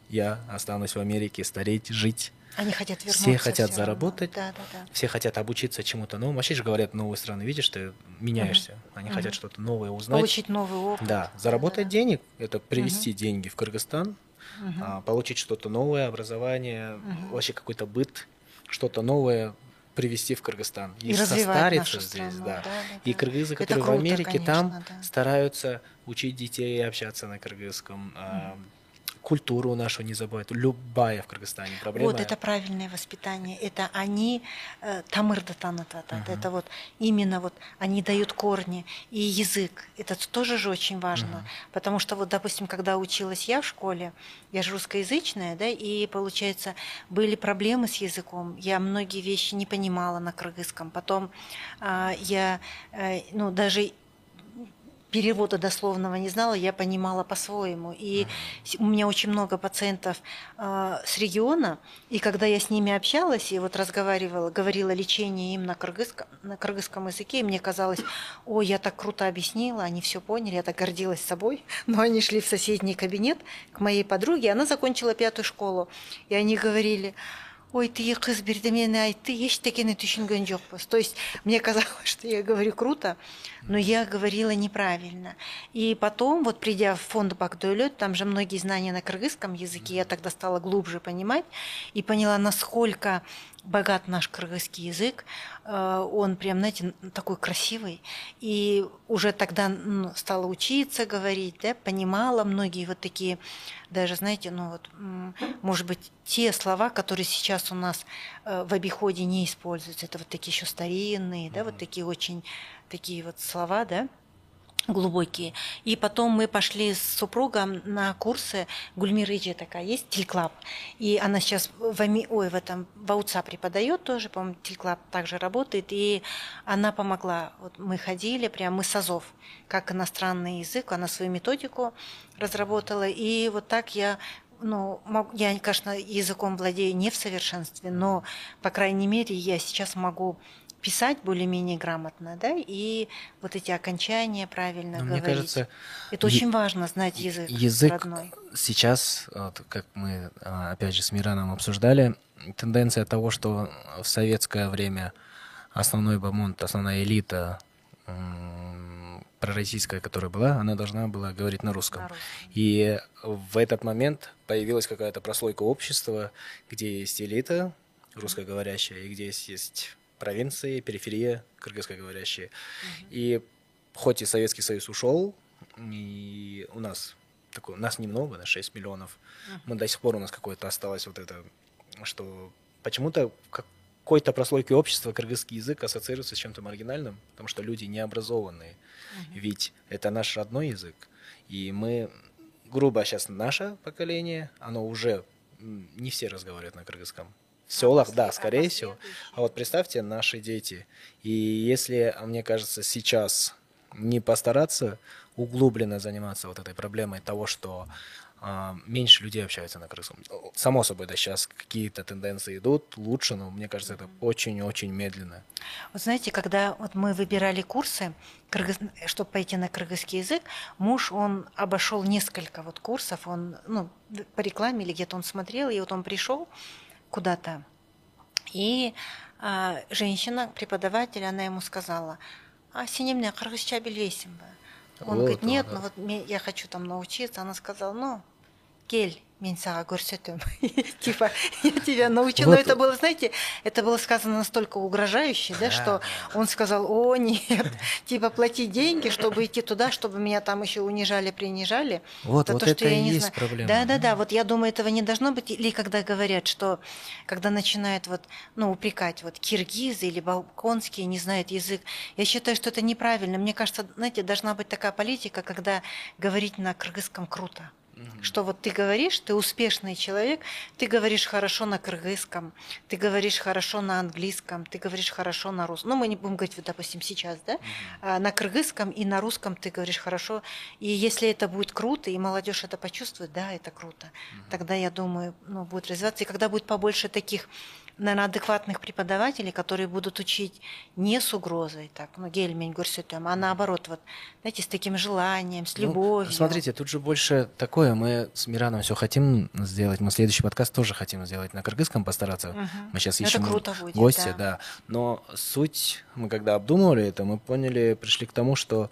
я останусь в Америке, стареть, жить. Они хотят вернуться. Все хотят всё равно. заработать, Да, да, да. все хотят обучиться чему-то новому. Вообще же говорят, новые страны, видишь, ты меняешься. Они Мгм. хотят что-то новое узнать. Получить новый опыт. Да, заработать Да-да-да. денег, это привезти деньги в Кыргызстан, Мгм. а, получить что-то новое, образование, Мгм. вообще какой-то быт, что-то новое привезти в Кыргызстан. И развивать нашу здесь, страну. да. Да, да, И да. кыргызы, Это которые в круто, Америке, там конечно, да. стараются учить детей общаться на кыргызском, а, культуру нашу не забывают. Любая в Кыргызстане проблема. Вот это правильное воспитание. Это они э, тамырды танытат. Мгм. Это вот именно вот они дают корни и язык. Это тоже же очень важно, Мгм. потому что вот, допустим, когда училась я в школе, я же русскоязычная, да, и получается были проблемы с языком. Я многие вещи не понимала на кыргызском. Потом а, я, э, ну даже перевода дословного не знала, я понимала по-своему. И с- у меня очень много пациентов а, с региона, и когда я с ними общалась и вот разговаривала, говорила лечение им на кыргызском, на кыргызском языке, и мне казалось, ой, я так круто объяснила, они все поняли, я так гордилась собой. Но они шли в соседний кабинет к моей подруге, она закончила пятую школу, и они говорили: ой, ты кыз бирде мени айтты, эчтекени түшүнгөн жокпуз. То есть мне казалось, что я говорю круто, но я говорила неправильно. И потом, вот придя в фонд Бакдойлет, там же многие знания на кыргызском языке, я тогда стала глубже понимать и поняла, насколько богат наш кыргызский язык. Э, Он прям, знаете, н- такой красивый. И уже тогда ну, стала учиться говорить, да, понимала многие вот такие, даже, знаете, ну вот, м, может быть, те слова, которые сейчас у нас э, в обиходе не используются, это вот такие еще старинные, да, вот такие очень такие вот слова, да, глубокие. И потом мы пошли с супругом на курсы. Гульмира Иджи такая есть, Тильклаб. И она сейчас в, Ами... Ой, в этом в АУЦА преподает тоже, по-моему, Тильклаб также работает. И она помогла. Вот мы ходили, прям мы с АЗОВ, как иностранный язык, она свою методику разработала. И вот так я ну, мог- я, конечно, языком владею не в совершенстве, но, по крайней мере, я сейчас могу писать более-менее грамотно, да, и вот эти окончания правильно Но мне говорить. кажется, Это е- очень важно знать и- язык, язык родной. сейчас, вот как мы а, опять же с Мираном обсуждали, тенденция того, что в советское время основной бамонт, основная элита м, пророссийская, которая была, она должна была говорить на русском. На русском. И в этот момент появилась какая-то прослойка общества, где есть элита русскоговорящая, и где есть, есть провинции, периферия кыргызскоговорящие. Mm-hmm. И хоть и Советский Союз ушел, и у нас такое, нас немного, на шесть миллионов, mm-hmm. мы до сих пор у нас какое-то осталось вот это, что почему-то какой-то прослойки общества кыргызский язык ассоциируется с чем-то маргинальным, потому что люди необразованные. Mm-hmm. Ведь это наш родной язык. И мы, грубо сейчас наше поколение, оно уже не все разговаривают на кыргызском. В селах, да, скорее всего. А вот представьте, наши дети. И если, мне кажется, сейчас не постараться углубленно заниматься вот этой проблемой того, что а, меньше людей общаются на кыргызском. Само собой, да, сейчас какие-то тенденции идут лучше, но мне кажется, это очень-очень медленно. Вот знаете, когда вот мы выбирали курсы, кыргыз... чтобы пойти на кыргызский язык, муж, он обошел несколько вот курсов, он, ну, по рекламе или где-то он смотрел, и вот он пришел куда-то, и а, женщина, преподаватель, она ему сказала: а синемне кыргызча билбейсиң ба? Он вот, говорит: нет, ну вот я хочу там научиться. Она сказала: ну, кель, мен сага көрсөтөм. Типа, я тебя научу. Но это было, знаете, это было сказано настолько угрожающе, да, что он сказал: о, нет, типа, плати деньги, чтобы идти туда, чтобы меня там еще унижали, принижали. Вот, вот это и есть проблема. Да, да, да, вот я думаю, этого не должно быть. Или когда говорят, что, когда начинают вот, ну, упрекать, вот, киргизы или балконские не знают язык, я считаю, что это неправильно. Мне кажется, знаете, должна быть такая политика, когда говорить на кыргызском круто. Что вот ты говоришь, ты успешный человек, ты говоришь хорошо на кыргызском, ты говоришь хорошо на английском, ты говоришь хорошо на русском. Ну, мы не будем говорить, вот, допустим, сейчас, да? А на кыргызском и на русском ты говоришь хорошо. И если это будет круто, и молодежь это почувствует, да, это круто, тогда, я думаю, ну, будет развиваться. И когда будет побольше таких, наверное, адекватных преподавателей, которые будут учить не с угрозой, так, ну, гельмень горсетем, а наоборот, вот, знаете, с таким желанием, с любовью. Ну, смотрите, тут же больше такое, мы с Мираном все хотим сделать, мы следующий подкаст тоже хотим сделать на кыргызском, постараться. Угу. Мы сейчас ищем будет, гостя, да. да. Но суть, мы когда обдумывали это, мы поняли, пришли к тому, что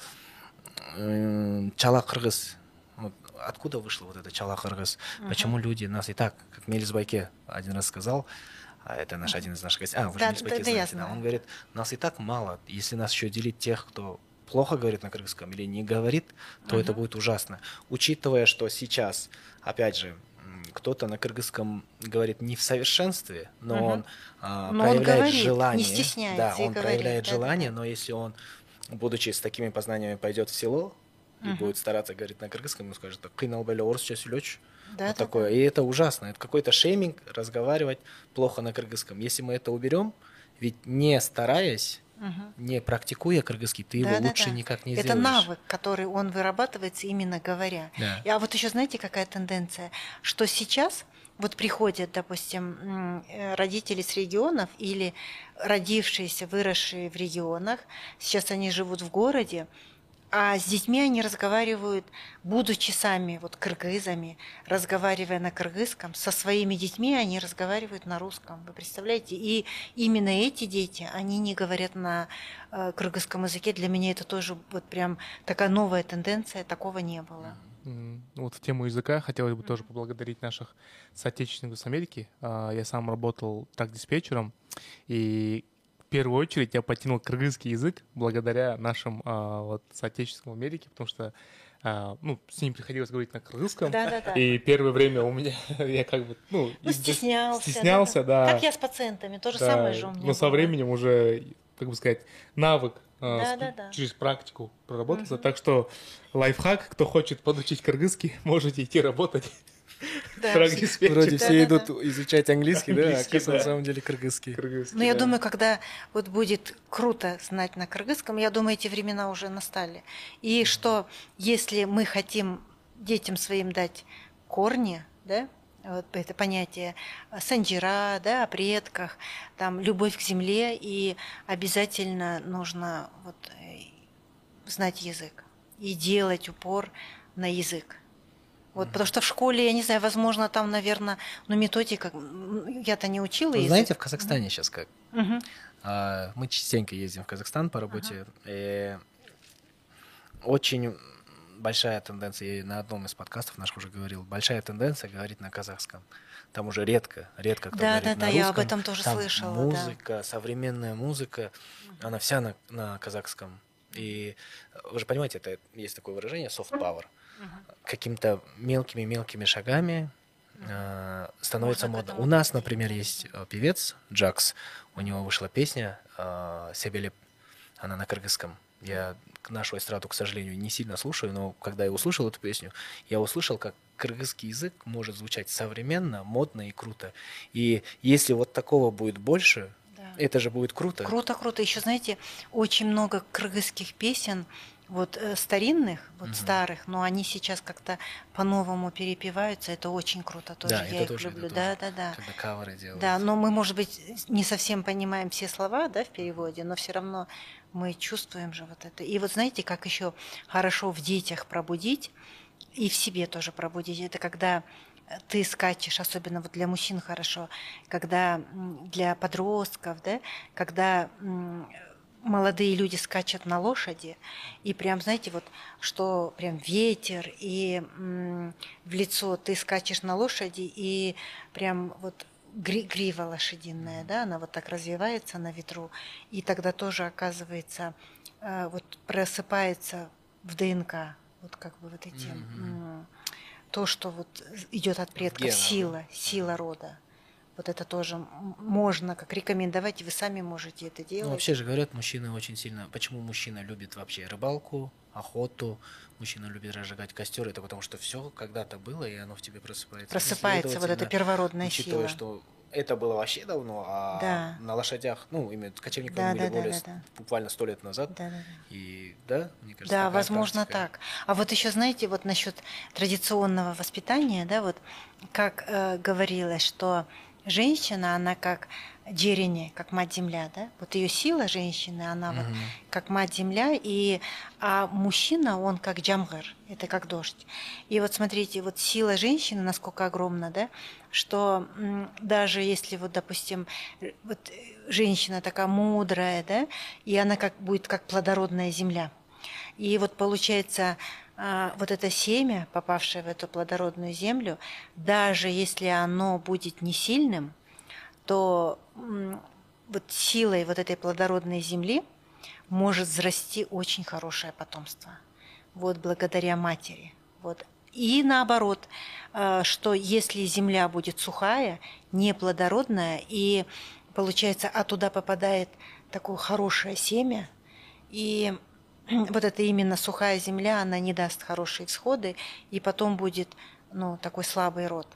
э, чала кыргыз, вот, откуда вышло вот это чала кыргыз, угу. Почему люди нас и так, как Мелис Байке один раз сказал, а это наш один из наших гостей. А, вы да, же не да, знаете, да. Он говорит, нас и так мало. Если нас еще делить тех, кто плохо говорит на кыргызском или не говорит, то uh-huh. это будет ужасно. Учитывая, что сейчас, опять же, кто-то на кыргызском говорит не в совершенстве, но uh-huh. он а, но проявляет он говорит, желание. Не стесняется. Да, он говорит, проявляет да, желание, да. Но если он, будучи с такими познаниями, пойдет в село и uh-huh. будет стараться говорить на кыргызском, ему скажет: кыйналбайлы орусча сүйлөчү. Да, вот да, такое. Да. И это ужасно. Это какой-то шейминг, разговаривать плохо на кыргызском. Если мы это уберем, ведь не стараясь, угу. не практикуя кыргызский, ты да, его да, лучше да. никак не это сделаешь. Это навык, который он вырабатывается именно говоря. Да. А вот еще знаете, какая тенденция? Что сейчас вот приходят, допустим, родители с регионов или родившиеся, выросшие в регионах, сейчас они живут в городе, а с детьми они разговаривают, будучи сами вот кыргызами, разговаривая на кыргызском, со своими детьми они разговаривают на русском. Вы представляете? И именно эти дети, они не говорят на э, кыргызском языке. Для меня это тоже вот прям такая новая тенденция, такого не было. Mm-hmm. Вот в тему языка хотелось бы mm-hmm. тоже поблагодарить наших соотечественников с Америки. Я сам работал так-диспетчером, и в первую очередь я потянул кыргызский язык благодаря нашим а, вот, соотечественникам в Америке, потому что а, ну, с ним приходилось говорить на кыргызском. Да, да, да. И первое время у меня я как бы ну, ну стеснялся. Стеснялся, да, да. Как я с пациентами, то же да. самое же у меня. Но со временем уже, как бы сказать, навык да, а, да, да. через практику проработался. Угу. Так что лайфхак, кто хочет подучить кыргызский, можете идти работать. Да. Вроде да, все да, идут да. изучать английский, да, а да. на самом деле кыргызский. кыргызский Но я да. думаю, когда вот будет круто знать на кыргызском, я думаю, эти времена уже настали. И что если мы хотим детям своим дать корни, да, вот это понятие санджира, да, о предках, там любовь к земле, и обязательно нужно вот знать язык и делать упор на язык. Вот, потому что в школе, я не знаю, возможно, там, наверное, ну, методика, я-то не учила язык. Знаете, в Казахстане mm-hmm. сейчас как? Mm-hmm. А, Мы частенько ездим в Казахстан по работе. И очень большая тенденция, я на одном из подкастов наших уже говорил, большая тенденция говорить на казахском. Там уже редко, редко кто Да, говорит да, на да, русском. я об этом тоже Там слышала. Да. музыка, современная музыка, она вся на, на казахском. И вы же понимаете, это есть такое выражение soft power. Какими-то мелкими-мелкими шагами э, становится Можно к модно. этому У нас, прийти, например, да. есть э, певец Джакс, у него вышла песня э, «Себелеп», она на кыргызском. Я нашу эстраду, к сожалению, не сильно слушаю, но когда я услышал эту песню, я услышал, как кыргызский язык может звучать современно, модно и круто. И если вот такого будет больше, Да. это же будет круто. Круто, круто. Еще, знаете, очень много кыргызских песен, вот э, старинных, вот Мгм. старых, но они сейчас как-то по-новому перепеваются. Это очень круто тоже. Да, Я это их тоже, люблю. это Да, тоже. да, да. Когда каверы делают. Да, но мы, может быть, не совсем понимаем все слова, да, в переводе, но все равно мы чувствуем же вот это. И вот знаете, как еще хорошо в детях пробудить и в себе тоже пробудить. Это когда ты скачешь, особенно вот для мужчин хорошо, когда м, для подростков, да, когда м, молодые люди скачут на лошади, и прям, знаете, вот что прям ветер, и м, в лицо ты скачешь на лошади, и прям вот гри- грива лошадиная, да, она вот так развивается на ветру, и тогда тоже оказывается, э, вот просыпается в ДНК, вот как бы вот эти, Мгм. м, то, что вот идет от предков, генах, да? сила, сила рода. Вот это тоже м- можно как рекомендовать, и вы сами можете это Ну, делать. вообще же говорят, мужчины очень сильно... Почему мужчина любит вообще рыбалку, охоту, мужчина любит разжигать костер, это потому что все когда-то было, и оно в тебе просыпается. Просыпается вот эта Следовательно, первородная учитывая, сила. что это было вообще давно, а Да. на лошадях, ну, именно кочевниками Да, были да, да, более да, с- да. буквально сто лет назад. Да, да, да. И да, мне кажется, Да, такая возможно практика. так. А вот еще, знаете, вот насчет традиционного воспитания, да, вот как э, говорилось, что женщина, она как джерени, как мать-земля, да, вот ее сила женщины, она вот Мгм. как мать-земля, и, а мужчина, он как джамгар, это как дождь. И вот смотрите, вот сила женщины насколько огромна, да, что м, даже если вот, допустим, э, вот э, женщина такая мудрая, да, и она как будет как плодородная земля. И вот получается, а, вот это семя, попавшее в эту плодородную землю, даже если оно будет не сильным, то м, вот силой вот этой плодородной земли может взрасти очень хорошее потомство. Вот благодаря матери. Вот. И наоборот, э, что если земля будет сухая, неплодородная, и получается, а туда попадает такое хорошее семя, и вот это именно сухая земля, она не даст хорошие всходы, и потом будет, ну, такой слабый род.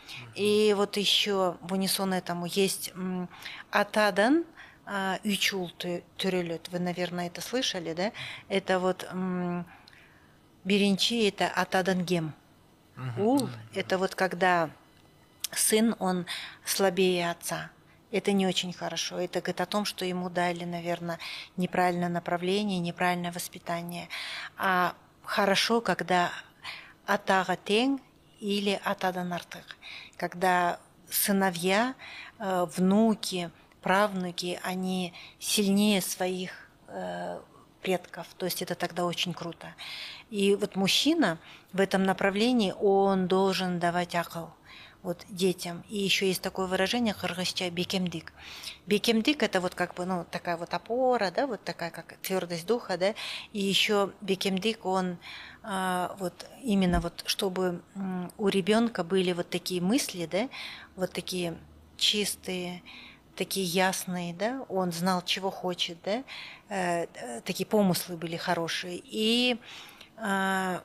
И вот еще в унисон этому есть м, атадан а, ючул тө- төрелет. Вы, наверное, это слышали, да? Это вот м, беренчи, это атадан гем. Мгм. Ул – это вот когда сын, он слабее отца. Это не очень хорошо. Это говорит о том, что ему дали, наверное, неправильное направление, неправильное воспитание. А хорошо, когда атага тең или атадан артық. Когда сыновья, э, внуки, правнуки, они сильнее своих э, предков. То есть это тогда очень круто. И вот мужчина в этом направлении, он должен давать акыл вот детям. И еще есть такое выражение кыргызча бекемдик. Бекемдик это вот как бы, ну, такая вот опора, да, вот такая как твердость духа, да. И еще бекемдик, он а, вот именно вот, чтобы м, у ребенка были вот такие мысли, да, вот такие чистые, такие ясные, да, он знал, чего хочет, да, э, э, такие помыслы были хорошие. И а,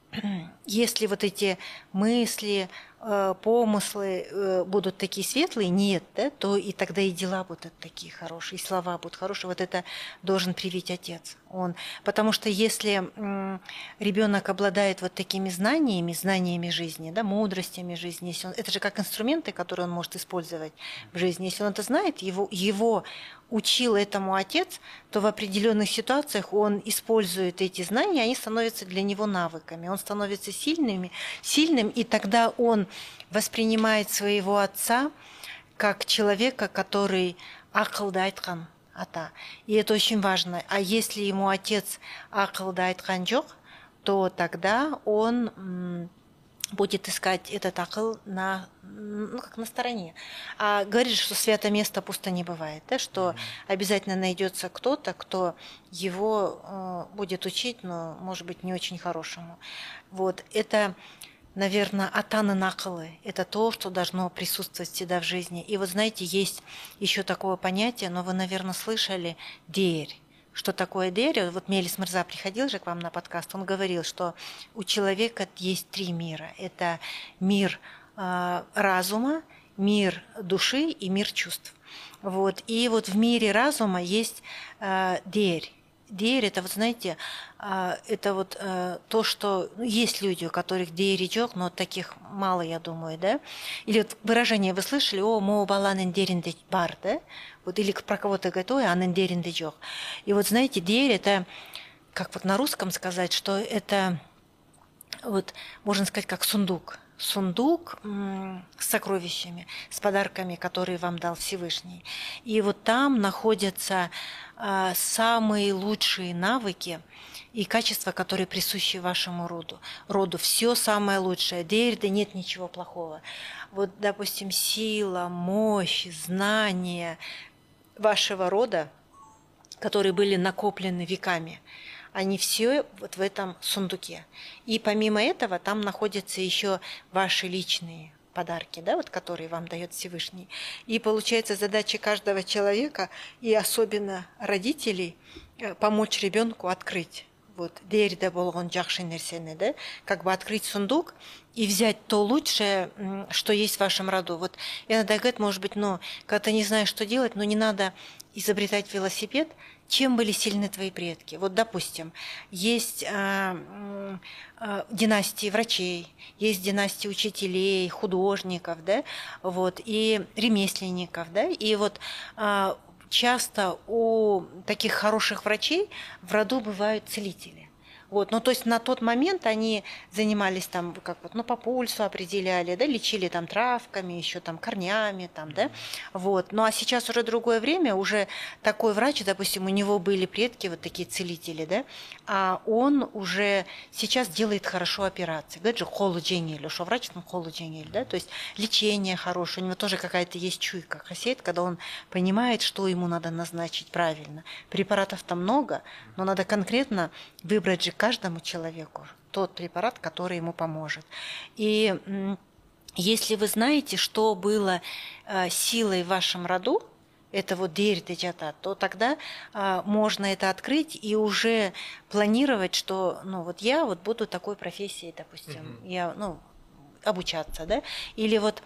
если вот эти мысли, э, помыслы э, будут такие светлые, нет, да, то и тогда и дела будут такие хорошие, и слова будут хорошие. Вот это должен привить отец. Он, потому что если ребенок обладает вот такими знаниями, знаниями жизни, да, мудростями жизни, если он, это же как инструменты, которые он может использовать в жизни. Если он это знает, его, его учил этому отец, то в определенных ситуациях он использует эти знания, они становятся для него навыками. Он становится сильными, сильным, и тогда он воспринимает своего отца как человека, который акылды айткан, ата. И это очень важно. А если ему отец акылды айткан жок, то тогда он м, будет искать этот акыл на, ну, как на стороне. А говорит, что свято место пусто не бывает, да, что mm-hmm. обязательно найдется кто-то, кто его э, будет учить, но, может быть, не очень хорошему. Вот. Это, наверное, атаны накылы. Это то, что должно присутствовать всегда в жизни. И вот, знаете, есть еще такое понятие, но вы, наверное, слышали, дейр. Что такое дейр? Вот Мелис Мырза приходил же к вам на подкаст, он говорил, что у человека есть три мира. Это мир э, разума, мир души и мир чувств. Вот. И вот в мире разума есть э, дейр. Дейр – это, вот знаете, э, это вот э, то, что… Ну, есть люди, у которых дейр идет, но таких мало, я думаю, да? Или вот выражение вы слышали, о, мо баланен дейрин бар, да? Вот, или про кого-то говорит, ой, анен дейрин джок. И вот, знаете, дейр – это, как вот на русском сказать, что это, вот, можно сказать, как сундук. Сундук м- с сокровищами, с подарками, которые вам дал Всевышний. И вот там находятся а, самые лучшие навыки и качества, которые присущи вашему роду. Роду все самое лучшее. Дейр, да нет ничего плохого. Вот, допустим, сила, мощь, знания вашего рода, которые были накоплены веками, они все вот в этом сундуке. И помимо этого там находятся еще ваши личные подарки, да, вот, которые вам дает Всевышний. И получается задача каждого человека, и особенно родителей, помочь ребенку открыть. Вот, дейр да болгон жакшы нерсени, да, как бы открыть сундук и взять то лучшее, что есть в вашем роду. Вот иногда говорят, может быть, ну, когда ты не знаешь, что делать, но не надо изобретать велосипед, чем были сильны твои предки. Вот, допустим, есть э, э, династии врачей, есть династии учителей, художников, да, вот, и ремесленников, да, и вот э, часто у таких хороших врачей в роду бывают целители. Вот, ну, то есть на тот момент они занимались там, как вот, ну, по пульсу определяли, да, лечили там травками, еще там корнями, там, да, вот. Ну, а сейчас уже другое время, уже такой врач, допустим, у него были предки вот такие целители, да, а он уже сейчас делает хорошо операции. Говорит же, холодженель, что врач там холодженель, да, то есть лечение хорошее, у него тоже какая-то есть чуйка, хасейт, когда он понимает, что ему надо назначить правильно. Препаратов там много, но надо конкретно выбрать же каждому человеку тот препарат, который ему поможет. И если вы знаете, что было э, силой в вашем роду, это вот дейр деджата, то тогда э, можно это открыть и уже планировать, что, ну, вот я вот буду такой профессией, допустим, mm-hmm. я, ну, обучаться, да, или вот,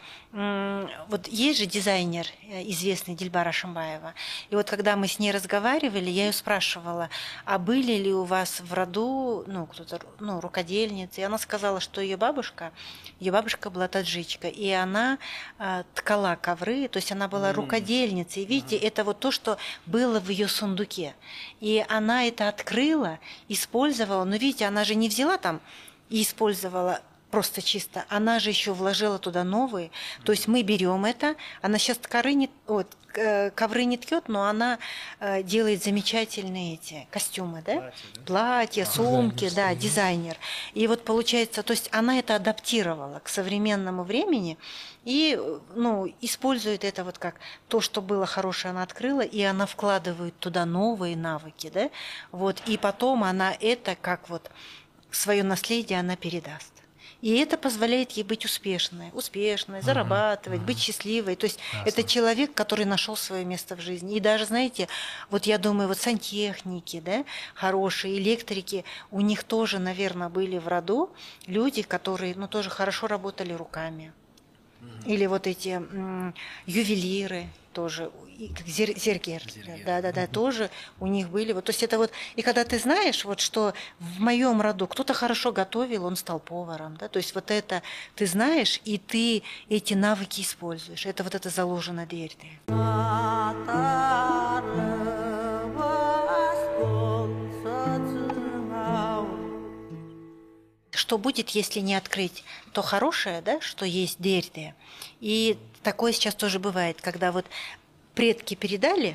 вот есть же дизайнер известный Дильбара Шамбаева, и вот когда мы с ней разговаривали, я ее спрашивала, а были ли у вас в роду, ну, кто-то, ну, рукодельницы, и она сказала, что ее бабушка, ее бабушка была таджичка, и она э, ткала ковры, то есть она была mm-hmm. рукодельницей, и видите, mm-hmm. это вот то, что было в ее сундуке, и она это открыла, использовала, но видите, она же не взяла там и использовала просто чисто. Она же еще вложила туда новые. То есть мы берем это. Она сейчас ткары не, вот, ковры не ткет, но она э, делает замечательные эти костюмы, да? Платья, да? Платья, а, сумки, да, дизайнер. И вот получается, то есть она это адаптировала к современному времени и, ну, использует это вот как то, что было хорошее, она открыла, и она вкладывает туда новые навыки, да? Вот, и потом она это как вот свое наследие она передаст. И это позволяет ей быть успешной, успешной, зарабатывать, mm-hmm. быть счастливой. То есть Ясно. Это человек, который нашел свое место в жизни. И даже, знаете, вот я думаю, вот сантехники, да, хорошие, электрики, у них тоже, наверное, были в роду люди, которые, ну, тоже хорошо работали руками. Mm-hmm. Или вот эти м, ювелиры тоже, как зер, зергер, зергер. Да, да, да, mm-hmm. тоже у них были. Вот, то есть это вот, и когда ты знаешь, вот, что в моем роду кто-то хорошо готовил, он стал поваром, да, то есть вот это ты знаешь, и ты эти навыки используешь. Это вот это заложено дейрде. Что будет, если не открыть то хорошее, да, что есть дейрде. И такое сейчас тоже бывает, когда вот предки передали,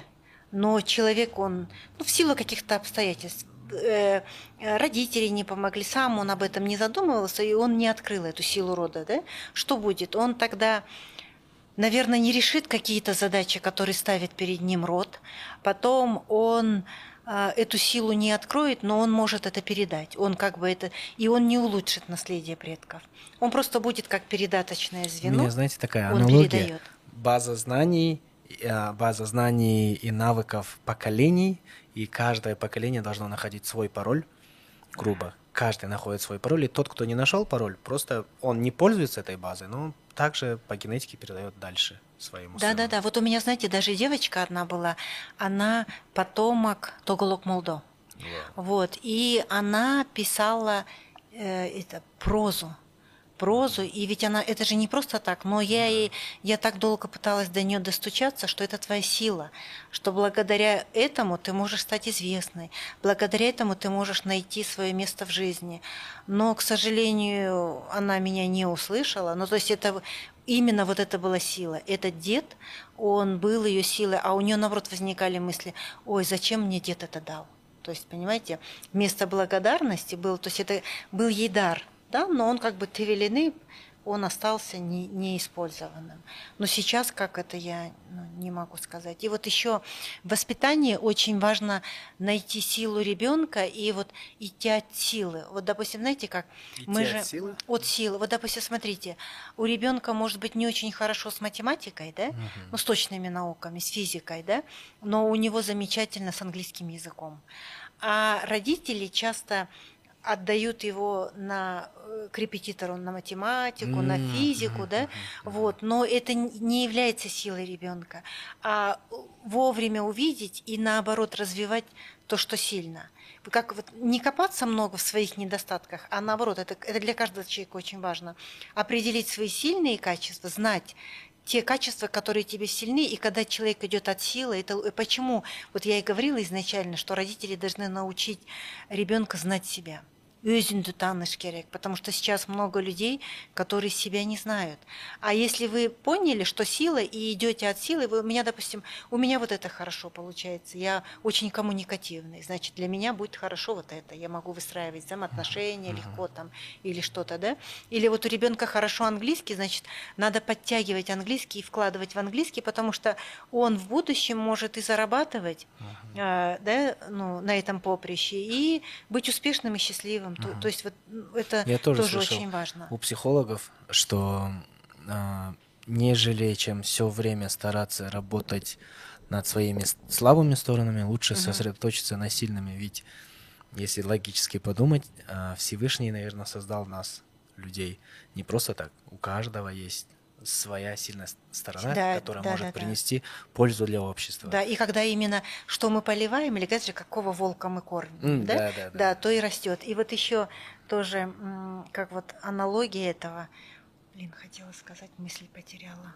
но человек, он, ну, в силу каких-то обстоятельств, э, родители не помогли, сам он об этом не задумывался, и он не открыл эту силу рода, да? Что будет? Он тогда, наверное, не решит какие-то задачи, которые ставит перед ним род, потом он э, эту силу не откроет, но он может это передать, он как бы это, и он не улучшит наследие предков, он просто будет как передаточное У звено, меня, знаете, такая он аналогия. передает. База знаний, э, база знаний и навыков поколений, и каждое поколение должно находить свой пароль, грубо. Каждый находит свой пароль, и тот, кто не нашел пароль, просто он не пользуется этой базой, но он также по генетике передает дальше своему Да, сыну. да, да. Вот у меня, знаете, даже девочка одна была, она потомок Тоголок Молдо. Вот. И она писала э, это, прозу. Прозу, и ведь она, это же не просто так, но я, и, я так долго пыталась до нее достучаться, что это твоя сила, что благодаря этому ты можешь стать известной, благодаря этому ты можешь найти свое место в жизни. Но, к сожалению, она меня не услышала. Ну, то есть это именно вот это была сила. Этот дед, он был ее силой, а у нее, наоборот, возникали мысли: ой, зачем мне дед это дал? То есть, понимаете, вместо благодарности был, то есть это был ей дар, да, но он как бы тевелины, он остался не, неиспользованным. Но сейчас как это я ну, не могу сказать. И вот еще в воспитании очень важно найти силу ребенка и вот идти от силы. Вот, допустим, знаете, как Идти мы от же силы? от силы. Вот, допустим, смотрите, у ребенка может быть не очень хорошо с математикой, да, ну, с точными науками, с физикой, да, но у него замечательно с английским языком. А родители часто отдают его на, к репетитору на математику, на физику, да, вот, но это не является силой ребенка, а вовремя увидеть и наоборот развивать то, что сильно. Как вот не копаться много в своих недостатках, а наоборот, это, это для каждого человека очень важно. Определить свои сильные качества, знать те качества, которые тебе сильны, и когда человек идет от силы, это почему, вот я и говорила изначально, что родители должны научить ребенка знать себя. Өзіңді таныш керек, потому что сейчас много людей, которые себя не знают. А если вы поняли, что сила, и идете от силы, вы, у меня, допустим, у меня вот это хорошо получается, я очень коммуникативный, значит, для меня будет хорошо вот это, я могу выстраивать взаимоотношения легко там, или что-то, да? Или вот у ребенка хорошо английский, значит, надо подтягивать английский и вкладывать в английский, потому что он в будущем может и зарабатывать, э, да, ну, на этом поприще, и быть успешным и счастливым. То, то есть вот это Я тоже, тоже слышал очень важно. у психологов, что э, нежели чем все время стараться работать над своими с- слабыми сторонами, лучше Мгм. сосредоточиться на сильными. Ведь если логически подумать, э, Всевышний, наверное, создал нас, людей, не просто так. У каждого есть своя сильная с- сторона, Да, которая да, может да, да. принести пользу для общества. Да, и когда именно что мы поливаем, или говорят же, какого волка мы кормим, М, да? да, да, да. Да, то и растет. И вот еще тоже, м, как вот аналогия этого, блин, хотела сказать, мысль потеряла.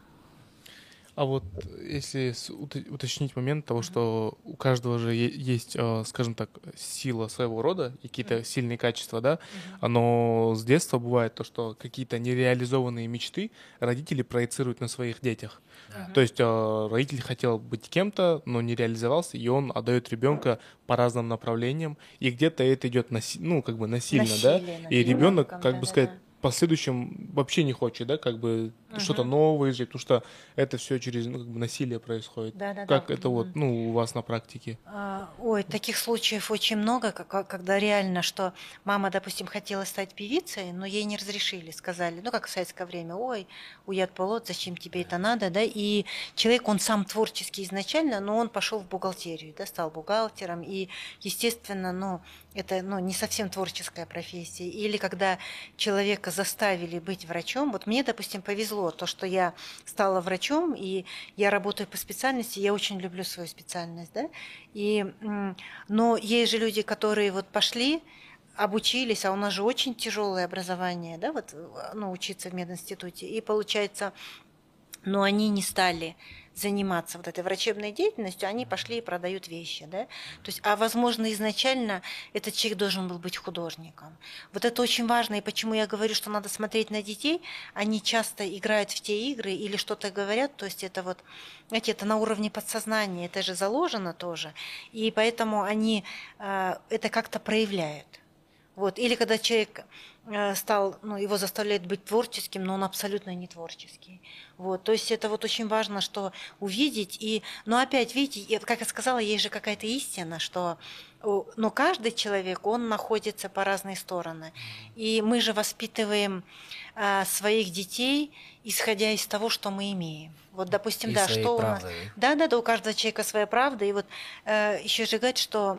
А вот если с- ут- уточнить момент того, что у каждого же е- есть, э, скажем так, сила своего рода и какие-то сильные качества, да, оно с детства бывает то, что какие-то нереализованные мечты родители проецируют на своих детях. То есть э, родитель хотел быть кем-то, но не реализовался, и он отдает ребенка по разным направлениям, и где-то это идет наси- ну, как бы насильно, Насилие да, над и ребенок, ребенком, как бы да-да-да. сказать, в последующем вообще не хочет, да, как бы что-то Мгм. новое изжить, потому что это все через ну, как бы насилие происходит. Да-да-да. Как это Мгм. вот, ну, у вас на практике? А, Ой, таких случаев очень много, как- когда реально, что мама, допустим, хотела стать певицей, но ей не разрешили, сказали, ну, как в советское время, ой, уят полот, зачем тебе это надо, да, и человек, он сам творческий изначально, но он пошел в бухгалтерию, да, стал бухгалтером, и, естественно, ну, это, ну, не совсем творческая профессия, или когда человека заставили быть врачом, вот мне, допустим, повезло, то, что я стала врачом, и я работаю по специальности, я очень люблю свою специальность, да, и, м, но есть же люди, которые вот пошли, обучились, а у нас же очень тяжелое образование, да, вот, э, ну, учиться в мединституте, и получается, но они не стали заниматься вот этой врачебной деятельностью, они пошли и продают вещи, да. То есть, а возможно, изначально этот человек должен был быть художником. Вот это очень важно, и почему я говорю, что надо смотреть на детей, они часто играют в те игры или что-то говорят, то есть это вот, знаете, это на уровне подсознания, это же заложено тоже, и поэтому они э, это как-то проявляют. Вот. Или когда человек э, стал, ну, его заставляют быть творческим, но он абсолютно не творческий. Вот. То есть это вот очень важно, что увидеть. И, но опять, видите, как я сказала, есть же какая-то истина, что но каждый человек, он находится по разные стороны. И мы же воспитываем а, своих детей, исходя из того, что мы имеем. Вот, допустим, И да, своей что у нас... правдой. Да, да, да, у каждого человека своя правда. И вот э, еще же говорят, что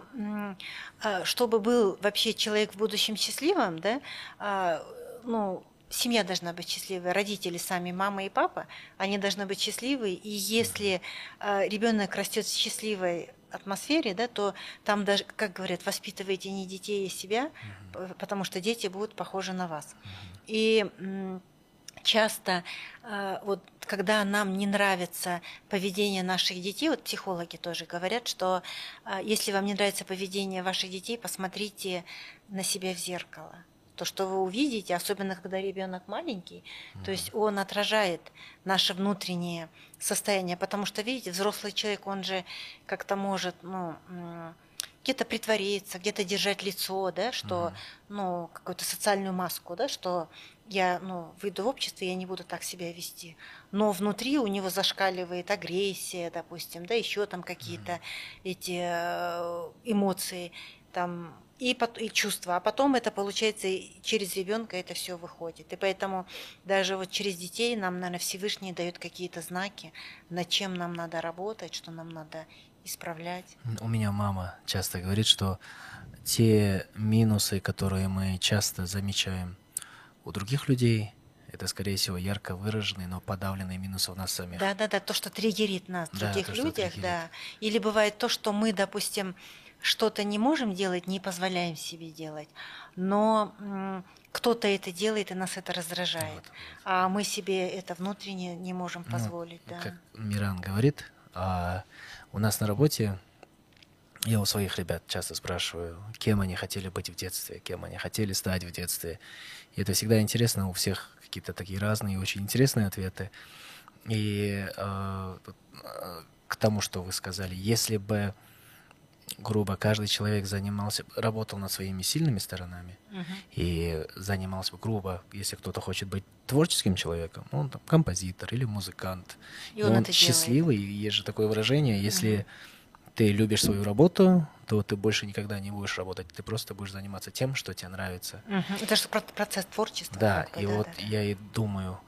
э, чтобы был вообще человек в будущем счастливым, да, э, ну, семья должна быть счастливой, родители сами, мама и папа, они должны быть счастливы. И если э, ребенок растет в счастливой атмосфере, да, то там даже, как говорят, воспитывайте не детей, а себя, mm-hmm. потому что дети будут похожи на вас. Mm-hmm. И м, часто, э, вот, когда нам не нравится поведение наших детей, вот психологи тоже говорят, что э, если вам не нравится поведение ваших детей, посмотрите на себя в зеркало. То, что вы увидите, особенно когда ребенок маленький, mm-hmm. то есть он отражает наше внутреннее состояние, потому что, видите, взрослый человек, он же как-то может, ну, где-то притвориться, где-то держать лицо, да, что, mm-hmm. ну, какую-то социальную маску, да, что я, ну, выйду в общество, я не буду так себя вести. Но внутри у него зашкаливает агрессия, допустим, да, еще там какие-то mm-hmm. эти эмоции, там, И, и чувства, а потом это получается через ребенка это все выходит. И поэтому даже вот через детей нам, наверное, Всевышний дает какие-то знаки, над чем нам надо работать, что нам надо исправлять. У меня мама часто говорит, что те минусы, которые мы часто замечаем у других людей, это, скорее всего, ярко выраженные, но подавленные минусы у нас самих. Да, да, да, то, что триггерит нас в других да, то, людях, да. Или бывает то, что мы, допустим, что-то не можем делать, не позволяем себе делать, но м, кто-то это делает, и нас это раздражает, вот, вот. А мы себе это внутренне не можем позволить. Ну, да. Как Миран говорит, а у нас на работе, я у своих ребят часто спрашиваю, кем они хотели быть в детстве, кем они хотели стать в детстве. И это всегда интересно, у всех какие-то такие разные, очень интересные ответы. И э, к тому, что вы сказали, если бы грубо, каждый человек занимался, работал над своими сильными сторонами uh-huh. и занимался бы, грубо, если кто-то хочет быть творческим человеком, он там композитор или музыкант, и, и он, он счастливый, делает. Есть же такое выражение, если uh-huh. ты любишь свою работу, то ты больше никогда не будешь работать, ты просто будешь заниматься тем, что тебе нравится. Uh-huh. Это же процесс творчества. Да, как бы, и да, вот да, да. я и думаю,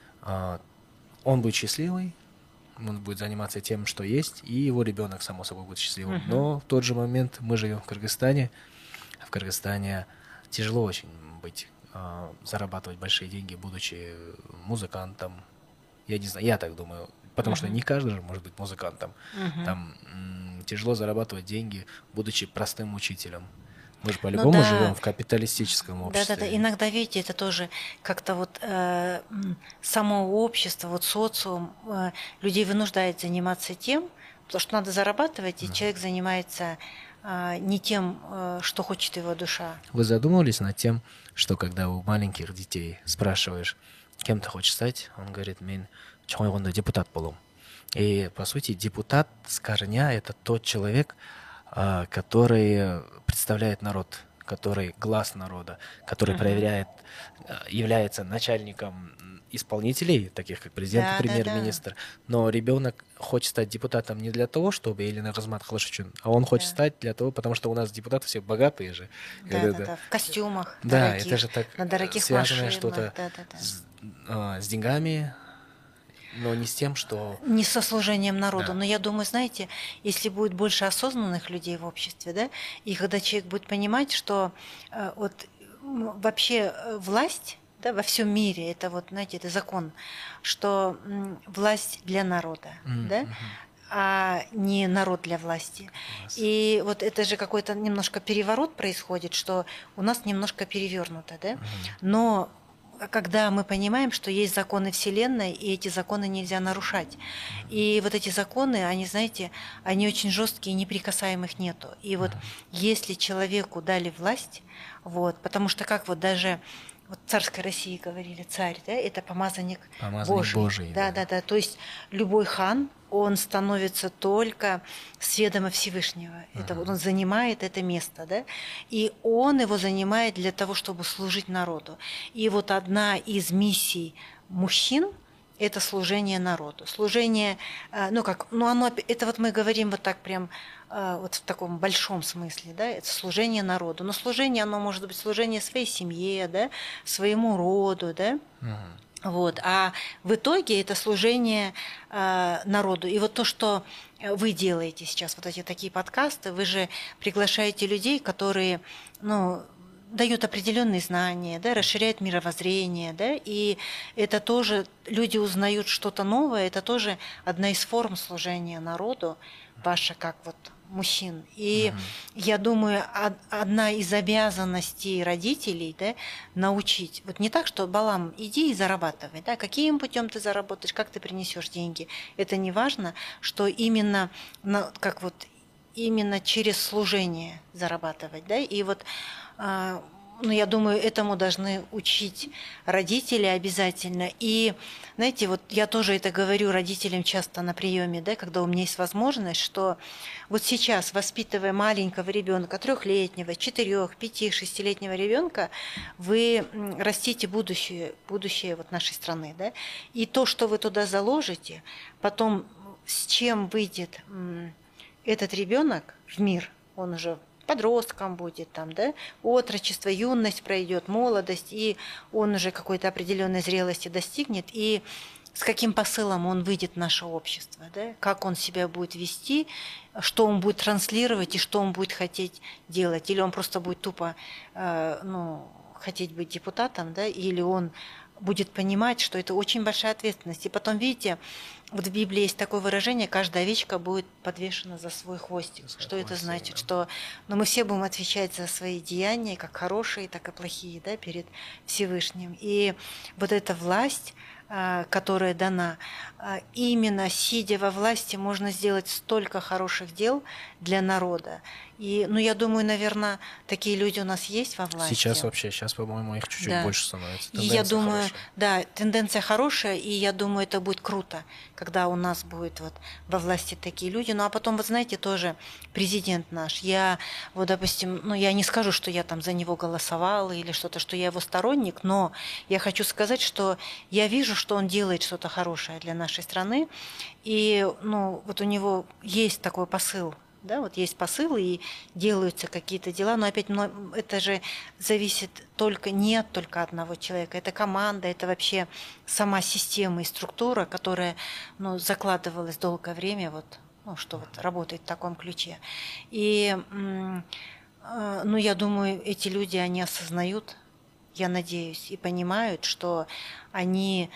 он будет счастливый, он будет заниматься тем, что есть, и его ребенок, само собой, будет счастливым. Uh-huh. Но в тот же момент мы живем в Кыргызстане. В Кыргызстане тяжело очень быть, э, зарабатывать большие деньги, будучи музыкантом. Я не знаю, я так думаю. Потому uh-huh. что не каждый же может быть музыкантом. Uh-huh. Там м- тяжело зарабатывать деньги, будучи простым учителем. Мы же по-любому ну, да. живем в капиталистическом обществе. Да-да-да. Иногда, видите, это тоже как-то вот э, само общество, вот социум э, людей вынуждает заниматься тем, потому что надо зарабатывать, и да. человек занимается э, не тем, э, что хочет его душа. Вы задумывались над тем, что когда у маленьких детей спрашиваешь, кем ты хочешь стать, он говорит, мен чоңойгондо депутат болом. И, по сути, депутат с корня – это тот человек, который представляет народ, который глаз народа, который uh-huh. проверяет, является начальником исполнителей, таких как президент да, и премьер-министр. Да, да. Но ребенок хочет стать депутатом не для того, чтобы Елена Размат Халашичун, а он хочет да. стать для того, потому что у нас депутаты все богатые же. Да, да, да, да. В костюмах. Да, дорогих, это же так на дорогих связанное машинах. что-то да, да, да. С, а, с деньгами, но не с тем, что... Не со служением народу. Да. Но я думаю, знаете, если будет больше осознанных людей в обществе, да, и когда человек будет понимать, что э, вот вообще власть, да, во всем мире, это вот, знаете, это закон, что м, власть для народа, mm-hmm. да, а не народ для власти. Yes. И вот это же какой-то немножко переворот происходит, что у нас немножко перевернуто, да, mm-hmm. но когда мы понимаем, что есть законы Вселенной, и эти законы нельзя нарушать. И вот эти законы, они, знаете, они очень жесткие, неприкасаемых нету. И вот если человеку дали власть, вот, потому что как вот даже вот в царской России говорили, царь, да, это помазанник, Помазанник Божий. Божий, Да, да. да, да. То есть любой хан, он становится только с ведома Всевышнего. Это вот он занимает это место, да, и он его занимает для того, чтобы служить народу. И вот одна из миссий мужчин – это служение народу. Служение, э, ну как, ну оно, это вот мы говорим вот так прям, э, вот в таком большом смысле, да, это служение народу. Но служение, оно может быть служение своей семье, да, своему роду, да. Вот. А в итоге это служение э, народу. И вот то, что вы делаете сейчас, вот эти такие подкасты, вы же приглашаете людей, которые, ну, дают определенные знания, да, расширяют мировоззрение, да, и это тоже, люди узнают что-то новое, это тоже одна из форм служения народу, ваша как вот мужчин. И угу. я думаю, одна из обязанностей родителей, да, научить. Вот не так, что Балам, иди и зарабатывай, да, каким путем ты заработаешь, как ты принесешь деньги. Это не важно, что именно, как вот, именно через служение зарабатывать, да, и вот ну, я думаю, этому должны учить родители обязательно. И, знаете, вот я тоже это говорю родителям часто на приеме, да, когда у меня есть возможность, что вот сейчас, воспитывая маленького ребенка, трехлетнего, четырех, пяти, шестилетнего ребенка, вы растите будущее, будущее вот нашей страны, да. И то, что вы туда заложите, потом с чем выйдет этот ребенок в мир, он уже подростком будет, там, да, отрочество, юность пройдет, молодость, и он уже какой-то определенной зрелости достигнет, и с каким посылом он выйдет в наше общество, да, как он себя будет вести, что он будет транслировать и что он будет хотеть делать, или он просто будет тупо э, ну, хотеть быть депутатом, да, или он будет понимать, что это очень большая ответственность. И потом, видите, вот в Библии есть такое выражение: каждая овечка будет подвешена за свой хвостик. За что это значит? Да. Что ну, мы все будем отвечать за свои деяния, как хорошие, так и плохие, да, перед Всевышним. И вот эта власть, которая дана, именно сидя во власти, можно сделать столько хороших дел для народа. И, ну, я думаю, наверное, такие люди у нас есть во власти. Сейчас вообще, сейчас, по-моему, их чуть-чуть да. больше становится. Тенденция и я думаю, хорошая. Да, тенденция хорошая, и я думаю, это будет круто, когда у нас будет вот во власти такие люди. Ну, а потом, вот знаете, тоже президент наш, я, вот, допустим, ну, я не скажу, что я там за него голосовала или что-то, что я его сторонник, но я хочу сказать, что я вижу, что он делает что-то хорошее для нашей страны, и, ну, вот у него есть такой посыл. Да, вот есть посыл, и делаются какие-то дела, но опять это же зависит только не от только одного человека, это команда, это вообще сама система и структура, которая, ну, закладывалась долгое время, вот, ну, что вот работает в таком ключе. И, ну, я думаю, эти люди, они осознают, я надеюсь, и понимают, что они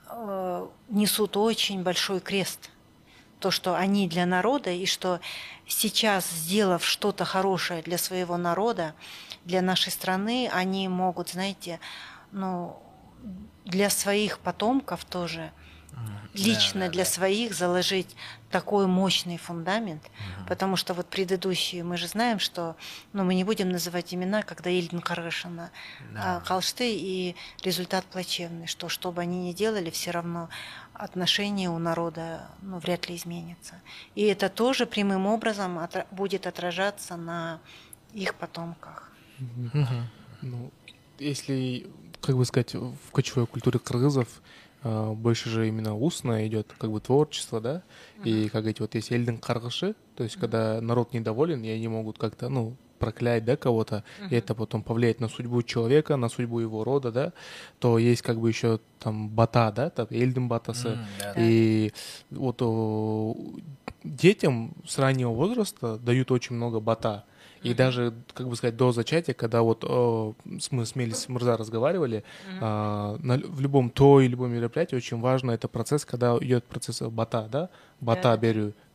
несут очень большой крест. То, что они для народа, и что сейчас, сделав что-то хорошее для своего народа, для нашей страны, они могут, знаете, ну, для своих потомков тоже, лично да, да, для да. своих заложить такой мощный фундамент, угу. потому что вот предыдущие, мы же знаем, что, ну, мы не будем называть имена, когда Ильдин Каргашина, да. Халшты, и результат плачевный, что что бы они ни делали, все равно отношение у народа, ну, вряд ли изменится. И это тоже прямым образом отра- будет отражаться на их потомках. Угу. Ну, если, как бы сказать, в кочевой культуре кыргызов больше же именно устное идет, как бы творчество, да, uh-huh. и как эти вот есть эльдин каргышы, то есть uh-huh. когда народ недоволен, и они могут как-то, ну, проклять, да, кого-то, uh-huh. и это потом повлияет на судьбу человека, на судьбу его рода, да, то есть как бы еще там бата, да, там эльдин батасы, mm, да, и да. вот о, детям с раннего возраста дают очень много бата. И mm-hmm. даже, как бы сказать, до зачатия, когда вот о, мы с Мелис Мырза разговаривали, mm-hmm. а, на, в любом той, любом мероприятии очень важно это процесс, когда идет процесс бата, да, бата yeah. беру,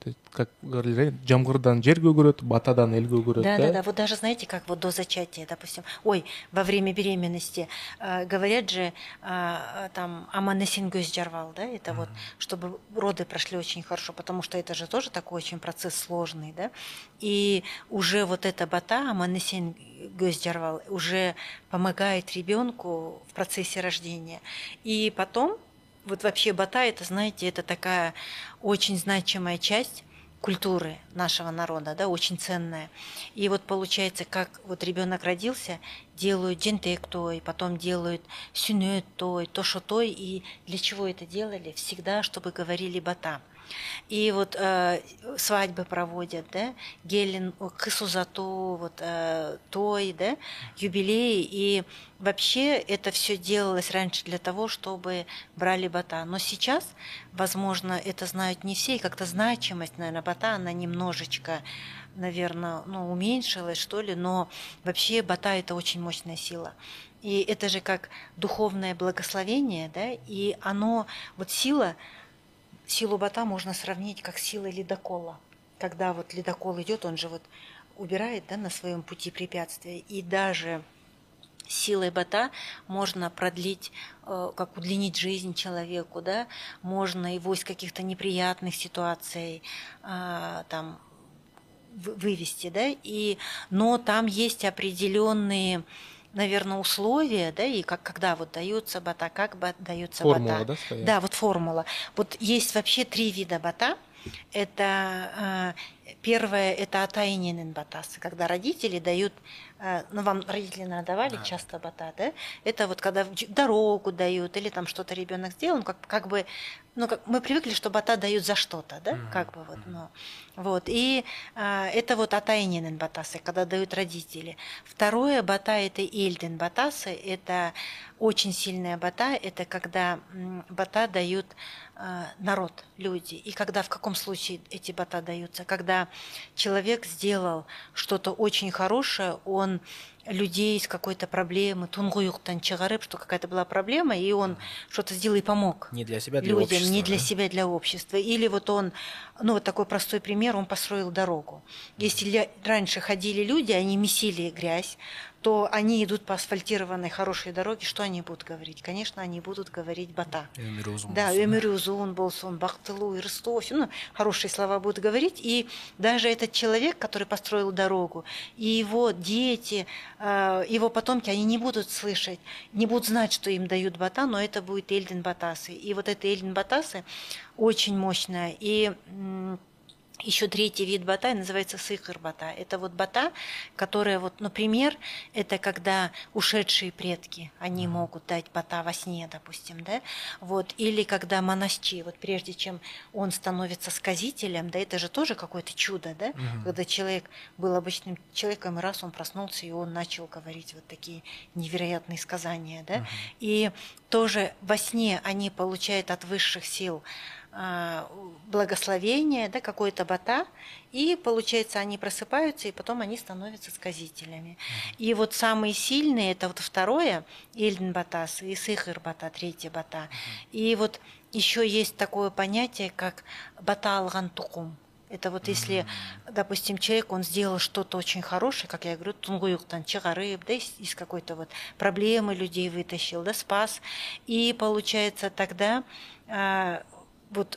То есть, как говорили, жамгырдан жер көгөрөт, батадан эл көгөрөт. Да, да, да. Вот даже знаете, как вот до зачатия, допустим, ой, во время беременности э, говорят же э, там аманесин göz жарвал, да, это вот, чтобы роды прошли очень хорошо, потому что это же тоже такой очень процесс сложный, да, и уже вот эта бата аманесин göz жарвал уже помогает ребенку в процессе рождения, и потом вот вообще бата, это, знаете, это такая очень значимая часть культуры нашего народа, да, очень ценная. И вот получается, как вот ребенок родился, делают джентек той, потом делают сюнет той, то шо той, и для чего это делали? Всегда, чтобы говорили бата. И вот э, свадьбы проводят, да, гелен, кысузату, вот э, той, да, юбилеи, и вообще это все делалось раньше для того, чтобы брали бата. Но сейчас, возможно, это знают не все, и как-то значимость, наверное, бата, она немножечко, наверное, ну, уменьшилась, что ли, но вообще бата – это очень мощная сила. И это же как духовное благословение, да, и оно, вот сила, силу бата можно сравнить как силой ледокола. Когда вот ледокол идет, он же вот убирает, да, на своем пути препятствия. И даже силой бата можно продлить, э, как удлинить жизнь человеку, да, можно его из каких-то неприятных ситуаций э, там вывести, да, и, но там есть определенные, наверное, условия, да, и как, когда вот дается бата, как бат, дается Формула, бата. да, своя? Да, вот формула. Вот есть вообще три вида бата. Это э, первое, это атайнинен батасы, когда родители дают, э, ну вам родители надавали Да. часто бата, да? Это вот когда в- дорогу дают или там что-то ребенок сделал, ну, как, как бы, ну как мы привыкли, что бата дают за что-то, да, как бы вот, ну, вот. И э, это вот атайнинен батасы, когда дают родители. Второе бата это эльден батасы, это очень сильная бата, это когда м, бата дают э, народ, люди. И когда в каком случае эти бата даются? Когда человек сделал что-то очень хорошее, он людей с какой-то проблемы, тунгуюктан чыгарып, что какая-то была проблема, и он что-то сделал и помог Не для себя, для людям, общества. не для да? себя, для общества. Или вот он, ну вот такой простой пример, он построил дорогу. Если ля- раньше ходили люди, они месили грязь, то они идут по асфальтированной хорошей дороге, что они будут говорить? Конечно, они будут говорить бата. Өмір uzun Да, болсын. өмір uzun болсын, бақтылу, ирстов, ну, хорошие слова будут говорить. И даже этот человек, который построил дорогу, и его дети, э, его потомки, они не будут слышать, не будут знать, что им дают бата, но это будет эльден батасы. И вот это эльден батасы очень мощная. И м, еще третий вид бата называется сыхыр бата. Это вот бата, которая вот, например, это когда ушедшие предки, они могут дать бата во сне, допустим, да, вот, или когда монасчи, вот прежде чем он становится сказителем, да, это же тоже какое-то чудо, да, когда человек был обычным человеком, и раз он проснулся, и он начал говорить вот такие невероятные сказания, да, и тоже во сне они получают от высших сил а, благословение, да, какое-то бата, и получается они просыпаются, и потом они становятся сказителями. И вот самые сильные это вот второе, эльден батас, и сыхыр бата, третье бата. И вот еще есть такое понятие, как бата алган тукум. Это вот если, допустим, человек, он сделал что-то очень хорошее, как я говорю, тунгуюктан чыгарып, да, из, из какой-то вот проблемы людей вытащил, да, спас. И получается тогда а, вот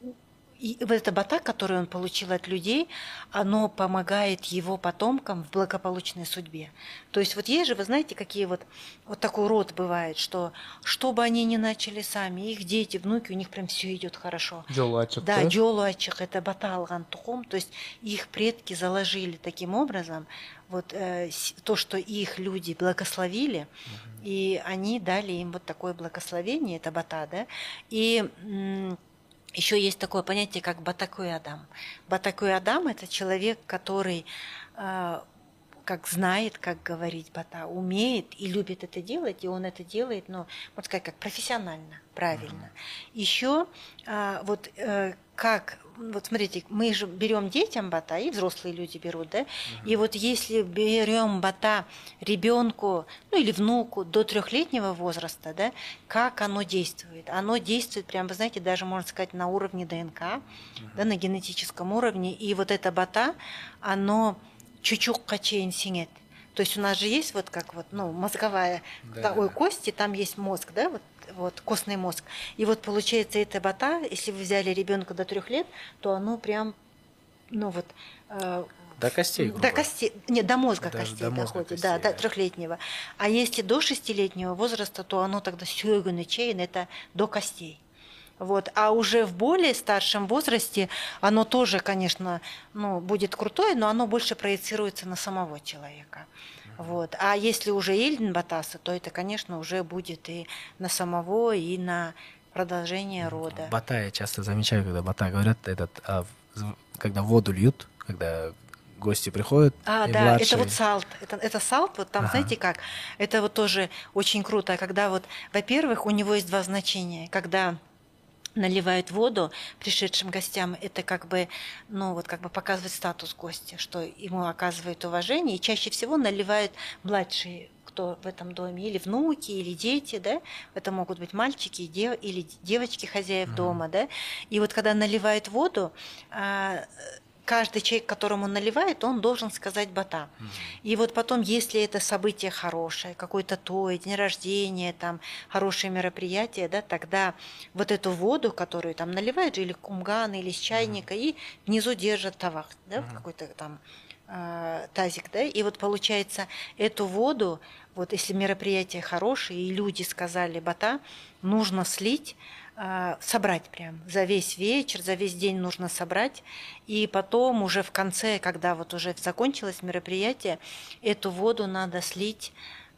и вот эта бата, которую он получил от людей, оно помогает его потомкам в благополучной судьбе. То есть вот есть же, вы знаете, какие вот, вот такой род бывает, что что бы они ни начали сами, их дети, внуки, у них прям все идет хорошо. Жолу ачык, Да, да? жолу ачык, это бата алган тухум, то есть их предки заложили таким образом вот э, с- то, что их люди благословили, и они дали им вот такое благословение, это бата, да, и м, еще есть такое понятие, как батакой адам. Батакой адам – это человек, который э, как знает, как говорить бата, умеет и любит это делать, и он это делает, ну, можно сказать, как профессионально, правильно. Еще э, вот э, как вот смотрите, мы же берем детям бата, и взрослые люди берут, да? И вот если берем бата ребенку, ну или внуку до трехлетнего возраста, да, как оно действует? Оно действует прям, вы знаете, даже можно сказать на уровне ДНК, да, на генетическом уровне. И вот это бата, оно чуть-чуть качейн синет. То есть у нас же есть вот как вот, ну, мозговая Да, такой да. кости, там есть мозг, да, вот, вот костный мозг. И вот получается эта бата, если вы взяли ребенка до трех лет, то оно прям, ну вот, э, До костей, до грубо. костей, нет, до мозга Даже костей до мозга доходит, костей, да, да. до трехлетнего. А если до шестилетнего возраста, то оно тогда сёгуны чейн, это до костей. Вот. А уже в более старшем возрасте оно тоже, конечно, ну, будет крутое, но оно больше проецируется на самого человека. Вот. А если уже Ильден Батаса, то это, конечно, уже будет и на самого, и на продолжение рода. Бата я часто замечаю, когда бата говорят, этот, а, в- когда воду льют, когда гости приходят, А, и да, младшие. это вот салт. Это, это салт, вот там, Ага. знаете как? Это вот тоже очень круто, когда вот, во-первых, у него есть два значения. Когда наливают воду пришедшим гостям, это как бы, ну вот как бы показывает статус гостя, что ему оказывают уважение, и чаще всего наливают младшие, кто в этом доме, или внуки, или дети, да, это могут быть мальчики и дев- или девочки хозяев дома, да, и вот когда наливают воду, а, каждый человек, которому наливает, он должен сказать бата. И вот потом, если это событие хорошее, какой-то той, день рождения, там, хорошее мероприятие, да, тогда вот эту воду, которую там наливают, или кумган, или из чайника, и внизу держат тавах, да, какой-то там э, тазик, да, и вот получается эту воду, вот если мероприятие хорошее, и люди сказали бата, нужно слить, э, собрать прям за весь вечер, за весь день нужно собрать, и потом уже в конце, когда вот уже закончилось мероприятие, эту воду надо слить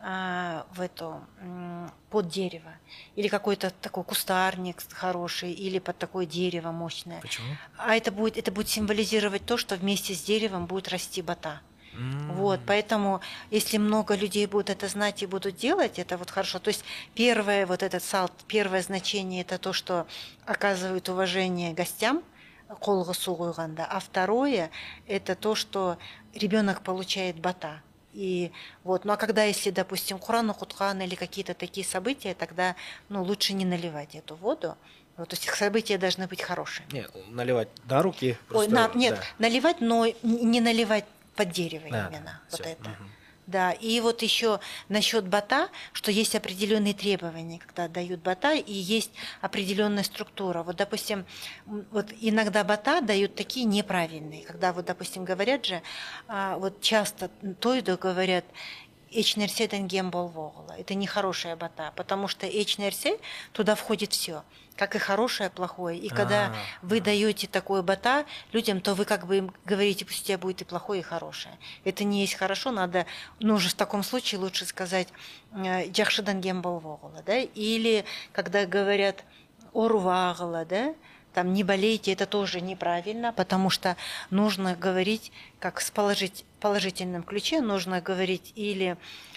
а, в эту, м, под дерево. Или какой-то такой кустарник хороший, или под такое дерево мощное. Почему? А это будет, это будет символизировать то, что вместе с деревом будет расти бата. Вот, поэтому, если много людей будут это знать и будут делать, это вот хорошо. То есть первое, вот этот салт, первое значение – это то, что оказывает уважение гостям, қолға су қойғанда, а второе – это то, что ребенок получает бата. И вот, ну а когда, если, допустим, Куран окутқан или какие-то такие события, тогда, ну, лучше не наливать эту воду. Вот, то есть события должны быть хорошие. Не, наливать до руки. Ой, просто, на- нет, да. наливать, но не наливать под дерево Да, именно. да, Вот всё, это. мгм. Да, и вот еще насчет бата, что есть определенные требования, когда дают бата, и есть определенная структура. Вот, допустим, м, вот иногда бата дают такие неправильные, когда вот, допустим, говорят же, а, вот часто тойду говорят, эчнерседен гембол вогола. Это нехорошая бата, потому что эчнерсе туда входит все, как и хорошее, плохое. И когда А. вы даете такое бата людям, то вы как бы им говорите, пусть у тебя будет и плохое, и хорошее. Это не есть хорошо, надо, ну уже в таком случае лучше сказать джахшидан гембол вогола, да, или когда говорят орвагала, да, там не болейте, это тоже неправильно, потому что нужно говорить как с положить, положительном ключе, нужно говорить или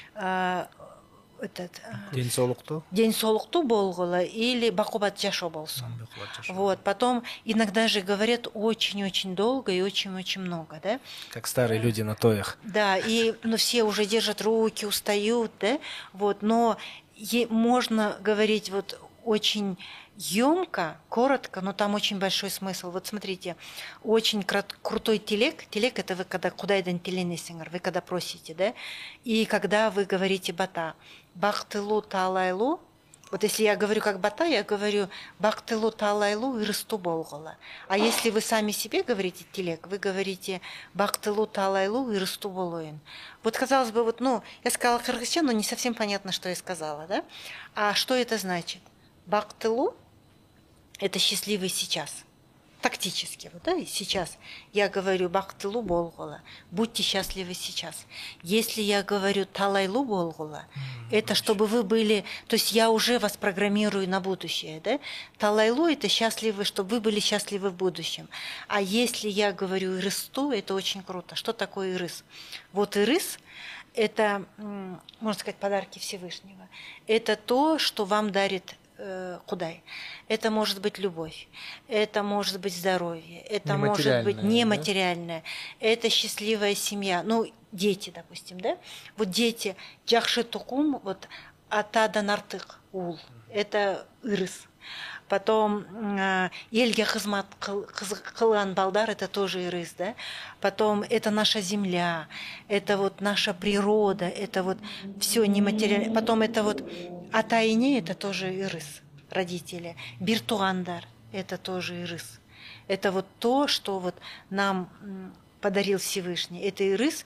э, этот э, День солукту. день солукту болгула или бакубат жашо болсун. Вот, потом иногда же говорят очень-очень долго и очень-очень много, да? Как старые люди на тоях. Да, и ну, все уже держат руки, устают, да, вот, но е- можно говорить вот очень емко, коротко, но там очень большой смысл. Вот смотрите, очень крат- крутой телек. Телек – это вы когда кудайдан теленесингер, вы когда просите, да, и когда вы говорите бата. Бахтылу талайлу. Вот если я говорю как бата, я говорю бахтылу талайлу и рысту болгола. А если вы сами себе говорите телек, вы говорите бахтылу талайлу и рысту болоин. Вот казалось бы, вот, ну, я сказала кыргызча, но не совсем понятно, что я сказала, да? А что это значит? Бахтылу – это счастливый сейчас. Тактически, вот, да, и сейчас я говорю бахтылу болгола, будьте счастливы сейчас. Если я говорю талайлу болгола, это чтобы вы были, то есть я уже вас программирую на будущее, да? Талайлу – это счастливы, чтобы вы были счастливы в будущем. А если я говорю ирысту, это очень круто. Что такое ирыс? Вот ирыс – это, м, можно сказать, подарки Всевышнего. Это то, что вам дарит э, худай. Это может быть любовь, это может быть здоровье, это может быть Нематериальное, нематериальное, да? Это счастливая семья. Ну, дети, допустим, да? Вот дети, джахши тукум, вот атадан артык ул, это ирыс. Потом елге хызмат кылган балдар, это тоже ирыс, да? Потом это наша земля, это вот наша природа, это вот все нематериально. Потом это вот атайне, это тоже ирыс, родители. Биртуандар, это тоже ирыс. Это вот то, что вот нам подарил Всевышний. Это ирыс,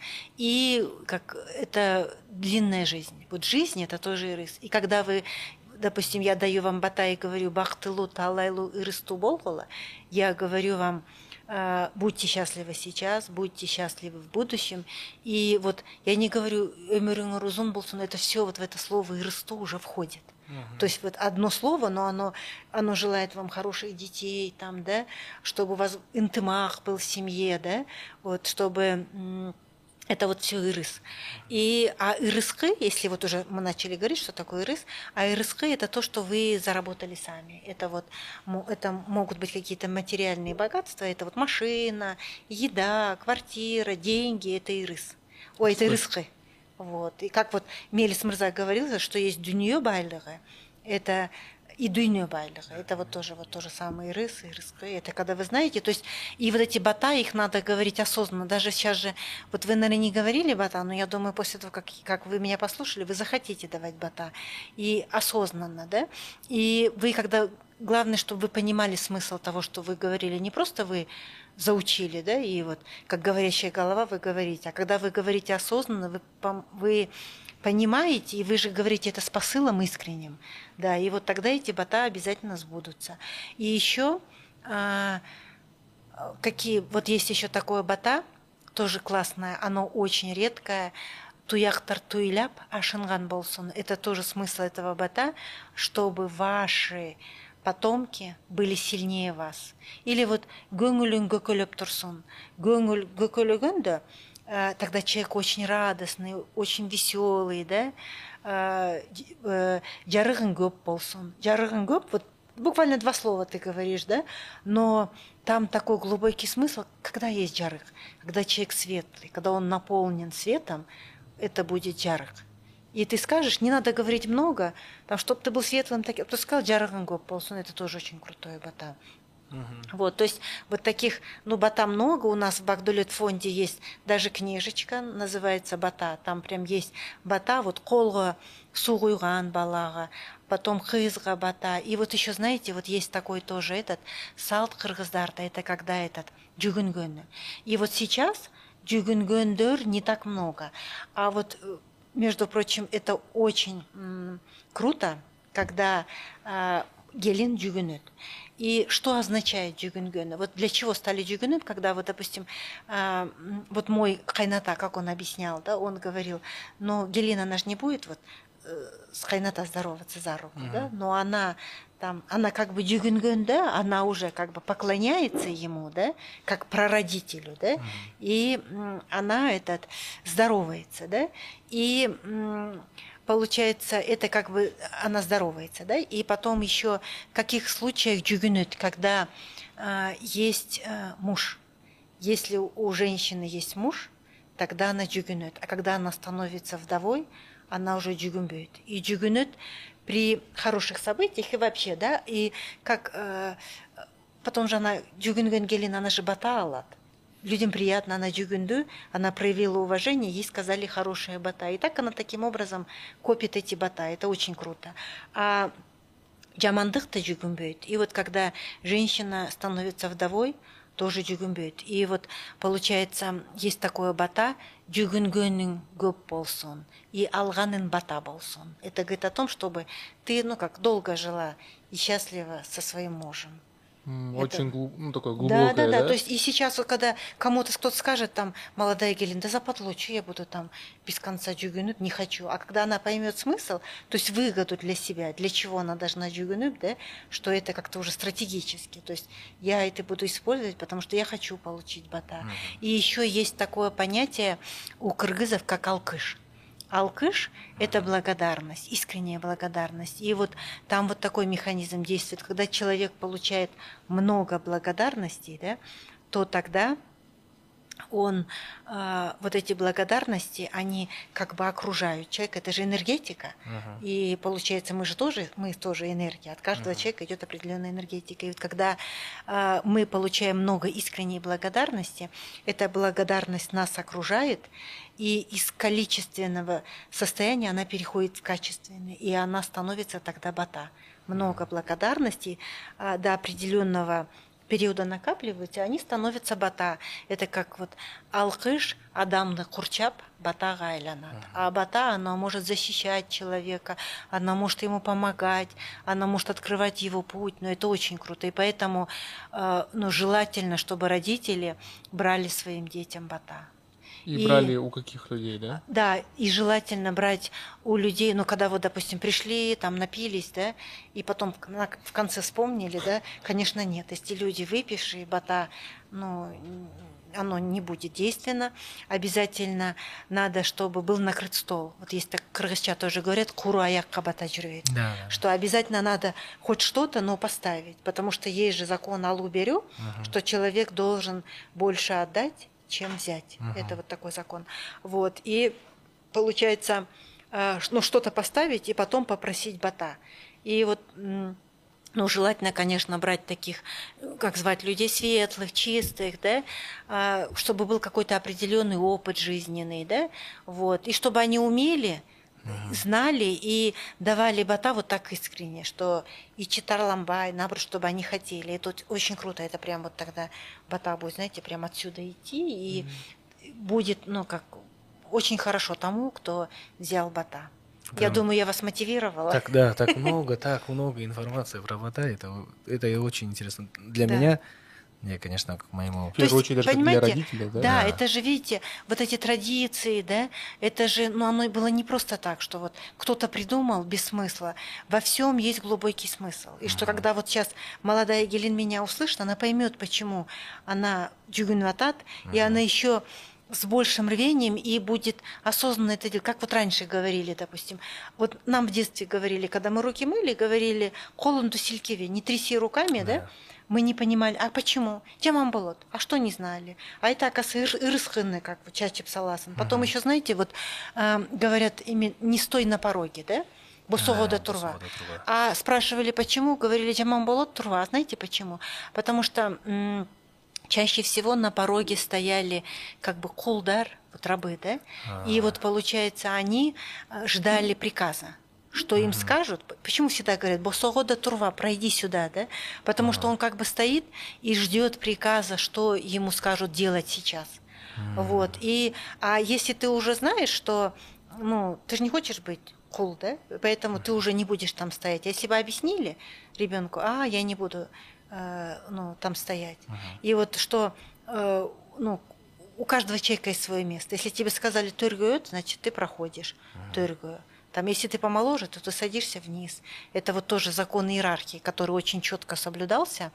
и как это длинная жизнь. Вот жизнь это тоже ирыс. И когда вы, допустим, я даю вам бата и говорю бахтылу талайлу ирысту болгола, я говорю вам, э, будьте счастливы сейчас, будьте счастливы в будущем. И вот я не говорю өмүрүңөр узун болсун, это все вот в это слово ирысту уже входит. Uh-huh. То есть вот одно слово, но оно, оно желает вам хороших детей, там, да, чтобы у вас интимах был в семье, да, вот, чтобы м- это вот все ирыс. И, а ирыскы, если вот уже мы начали говорить, что такое ирыс, а ирыскы это то, что вы заработали сами. Это вот, это могут быть какие-то материальные богатства, это вот машина, еда, квартира, деньги, это ирыс. Ой, это ирыскы. Вот. И как вот Мелис Мырза говорил, что есть дуньё байлығы, это и дуньё байлығы, это вот тоже вот то же самое ирыс, ирыскы, это когда вы знаете, то есть и вот эти бата, их надо говорить осознанно, даже сейчас же, вот вы, наверное, не говорили бата, но я думаю, после того, как, как вы меня послушали, вы захотите давать бата, и осознанно, да, и вы когда, главное, чтобы вы понимали смысл того, что вы говорили, не просто вы заучили, да, и вот как говорящая голова вы говорите, а когда вы говорите осознанно, вы, вы понимаете, и вы же говорите это с посылом искренним, да, и вот тогда эти бата обязательно сбудутся. И еще а, какие, вот есть еще такое бата, тоже классное, оно очень редкое, туяхтар туиляп ашынган болсун, это тоже смысл этого бата, чтобы ваши потомки были сильнее вас. Или вот гөңүлүң гөкөлөп турсун. Гөңүл гөкөлөгөндө, тогда человек очень радостный, очень веселый, да? Жарыгың көп болсун. Жарыгың көп, вот буквально два слова ты говоришь, да? Но там такой глубокий смысл, когда есть жарык, когда человек светлый, когда он наполнен светом, это будет жарык. И ты скажешь, не надо говорить много, там, чтобы ты был светлым, таким. Ты сказал, джараган гоп полсон, это тоже очень крутой бата. Uh-huh. Вот, то есть вот таких, ну, бата много. У нас в Багдулет фонде есть даже книжечка, называется бата. Там прям есть бата, вот колга сугуйган балага, потом хызга бата. И вот еще, знаете, вот есть такой тоже этот салт кыргыздарда, это когда этот джугунгөн. И вот сейчас джугунгөндер не так много. А вот между прочим, это очень м, круто, когда э, гелин джугунет. И что означает джугунгön? Вот для чего стали джугунет, когда, вот, допустим, э, вот мой хайната, как он объяснял, да, он говорил, ну, гелин, она же не будет вот э, с хайната здороваться за руку, uh-huh. да, но она там, она как бы джугунгön, да, она уже как бы поклоняется ему, да, как прародителю, да, uh-huh. и м, она этот здоровается, да, и м, получается, это как бы она здоровается, да, и потом еще в каких случаях джугунет, когда э, есть э, муж, если у женщины есть муж, тогда она джугунет, а когда она становится вдовой, она уже джугунбет. И джугунет при хороших событиях и вообще, да, и как э, потом же она джугунгөн гелин, она же бата алат. Людям приятно, она джугунду, она проявила уважение, ей сказали хорошие бата. И так она таким образом копит эти бата. Это очень круто. А жамандык-то джугунбет. И вот когда женщина становится вдовой, тоже джугунбет. И вот получается, есть такое бата, джугунгөнүң көп болсун и алганын бата болсун. Это говорит о том, чтобы ты, ну как, долго жила и счастлива со своим мужем. Очень глуб... ну, такое глубокое, да, да, да, да? То есть и сейчас, вот, когда кому-то кто-то скажет, там, молодая Гелин, да западло, что я буду там без конца джугунуть, не хочу. А когда она поймет смысл, то есть выгоду для себя, для чего она должна джугунуть, да, что это как-то уже стратегически. То есть я это буду использовать, потому что я хочу получить бата. Uh-huh. И еще есть такое понятие у кыргызов, как алкыш. Алкыш – это благодарность, искренняя благодарность. И вот там вот такой механизм действует. Когда человек получает много благодарностей, да, то тогда он, э, вот эти благодарности, они как бы окружают человека. Это же энергетика. Мгм. И получается, мы же тоже, мы тоже энергия. От каждого Мгм. человека идет определенная энергетика. И вот когда э, мы получаем много искренней благодарности, эта благодарность нас окружает, и из количественного состояния она переходит в качественное, и она становится тогда бата. Много благодарностей а, до определенного периода накапливаются, они становятся бата. Это как вот алкыш, адамны курчап, батаға айланады. А бата, она может защищать человека, она может ему помогать, она может открывать его путь, но это очень круто. И поэтому э, ну, желательно, чтобы родители брали своим детям бата. И, И- брали у каких людей, да? Да, и желательно брать у людей, ну, когда вот, допустим, пришли, там, напились, да, и потом в на- в конце вспомнили, да, конечно, нет. Если люди выпившие, бата, ну, н- оно не будет действенно. Обязательно надо, чтобы был накрыт стол. Вот есть так, кыргызча тоже говорят, куру аякка бата жүрет. Да, да. Что обязательно надо хоть что-то, но поставить. Потому что есть же закон алу берю, что человек должен больше отдать, чем взять. Мгм. Это вот такой закон. Вот. И получается, э, ш- ну, что-то поставить и потом попросить бата. И вот, м, ну, желательно, конечно, брать таких, э, как звать, людей светлых, чистых, да, а, чтобы был какой-то определенный опыт жизненный, да, вот, и чтобы они умели, знали и давали бата вот так искренне, что и читарламбай, наоборот, чтобы они хотели. Это вот очень круто, это прям вот тогда бата будет, знаете, прям отсюда идти, и будет, ну, как, очень хорошо тому, кто взял бата. Я Прям думаю, я вас мотивировала. Так, да, так много, так много информации про бота. Это, это и очень интересно. Для Да. меня, я, конечно, к моему... В первую есть, очередь, даже как для понимаете, родителей, да? Да, Да. это же, видите, вот эти традиции, да, это же, ну, оно было не просто так, что вот кто-то придумал без смысла. Во всем есть глубокий смысл. И что когда вот сейчас молодая Гелен меня услышит, она поймет, почему она джугунватат, и она еще с большим рвением и будет осознанно это делать. Как вот раньше говорили, допустим. Вот нам в детстве говорили, когда мы руки мыли, говорили «колун тусилькеве», не тряси руками, да? Да. Мы не понимали, а почему? Темам болот, а что не знали? А это, оказывается, ирысхынны, как вот чачи псаласын. Потом еще, знаете, вот э, говорят, ими, не стой на пороге, да? Босогода Да, турва. босогода турва. А спрашивали, почему? Говорили, темам болот турва. А знаете почему? Потому что м, чаще всего на пороге стояли как бы кулдар, вот рабы, да? И А. вот, получается, они э, ждали приказа. Что им скажут? Почему всегда говорят, босогода турва, пройди сюда, да? Потому что он как бы стоит и ждет приказа, что ему скажут делать сейчас. Вот. И, а если ты уже знаешь, что, ну, ты же не хочешь быть кул, да? Поэтому ты уже не будешь там стоять. Если бы объяснили ребенку, а, я не буду э, ну, там стоять. И вот что, э, ну, у каждого человека есть свое место. Если тебе сказали тыргует, значит, ты проходишь тыргую. Там, если ты помоложе, то ты садишься вниз. Это вот тоже закон иерархии, который очень четко соблюдался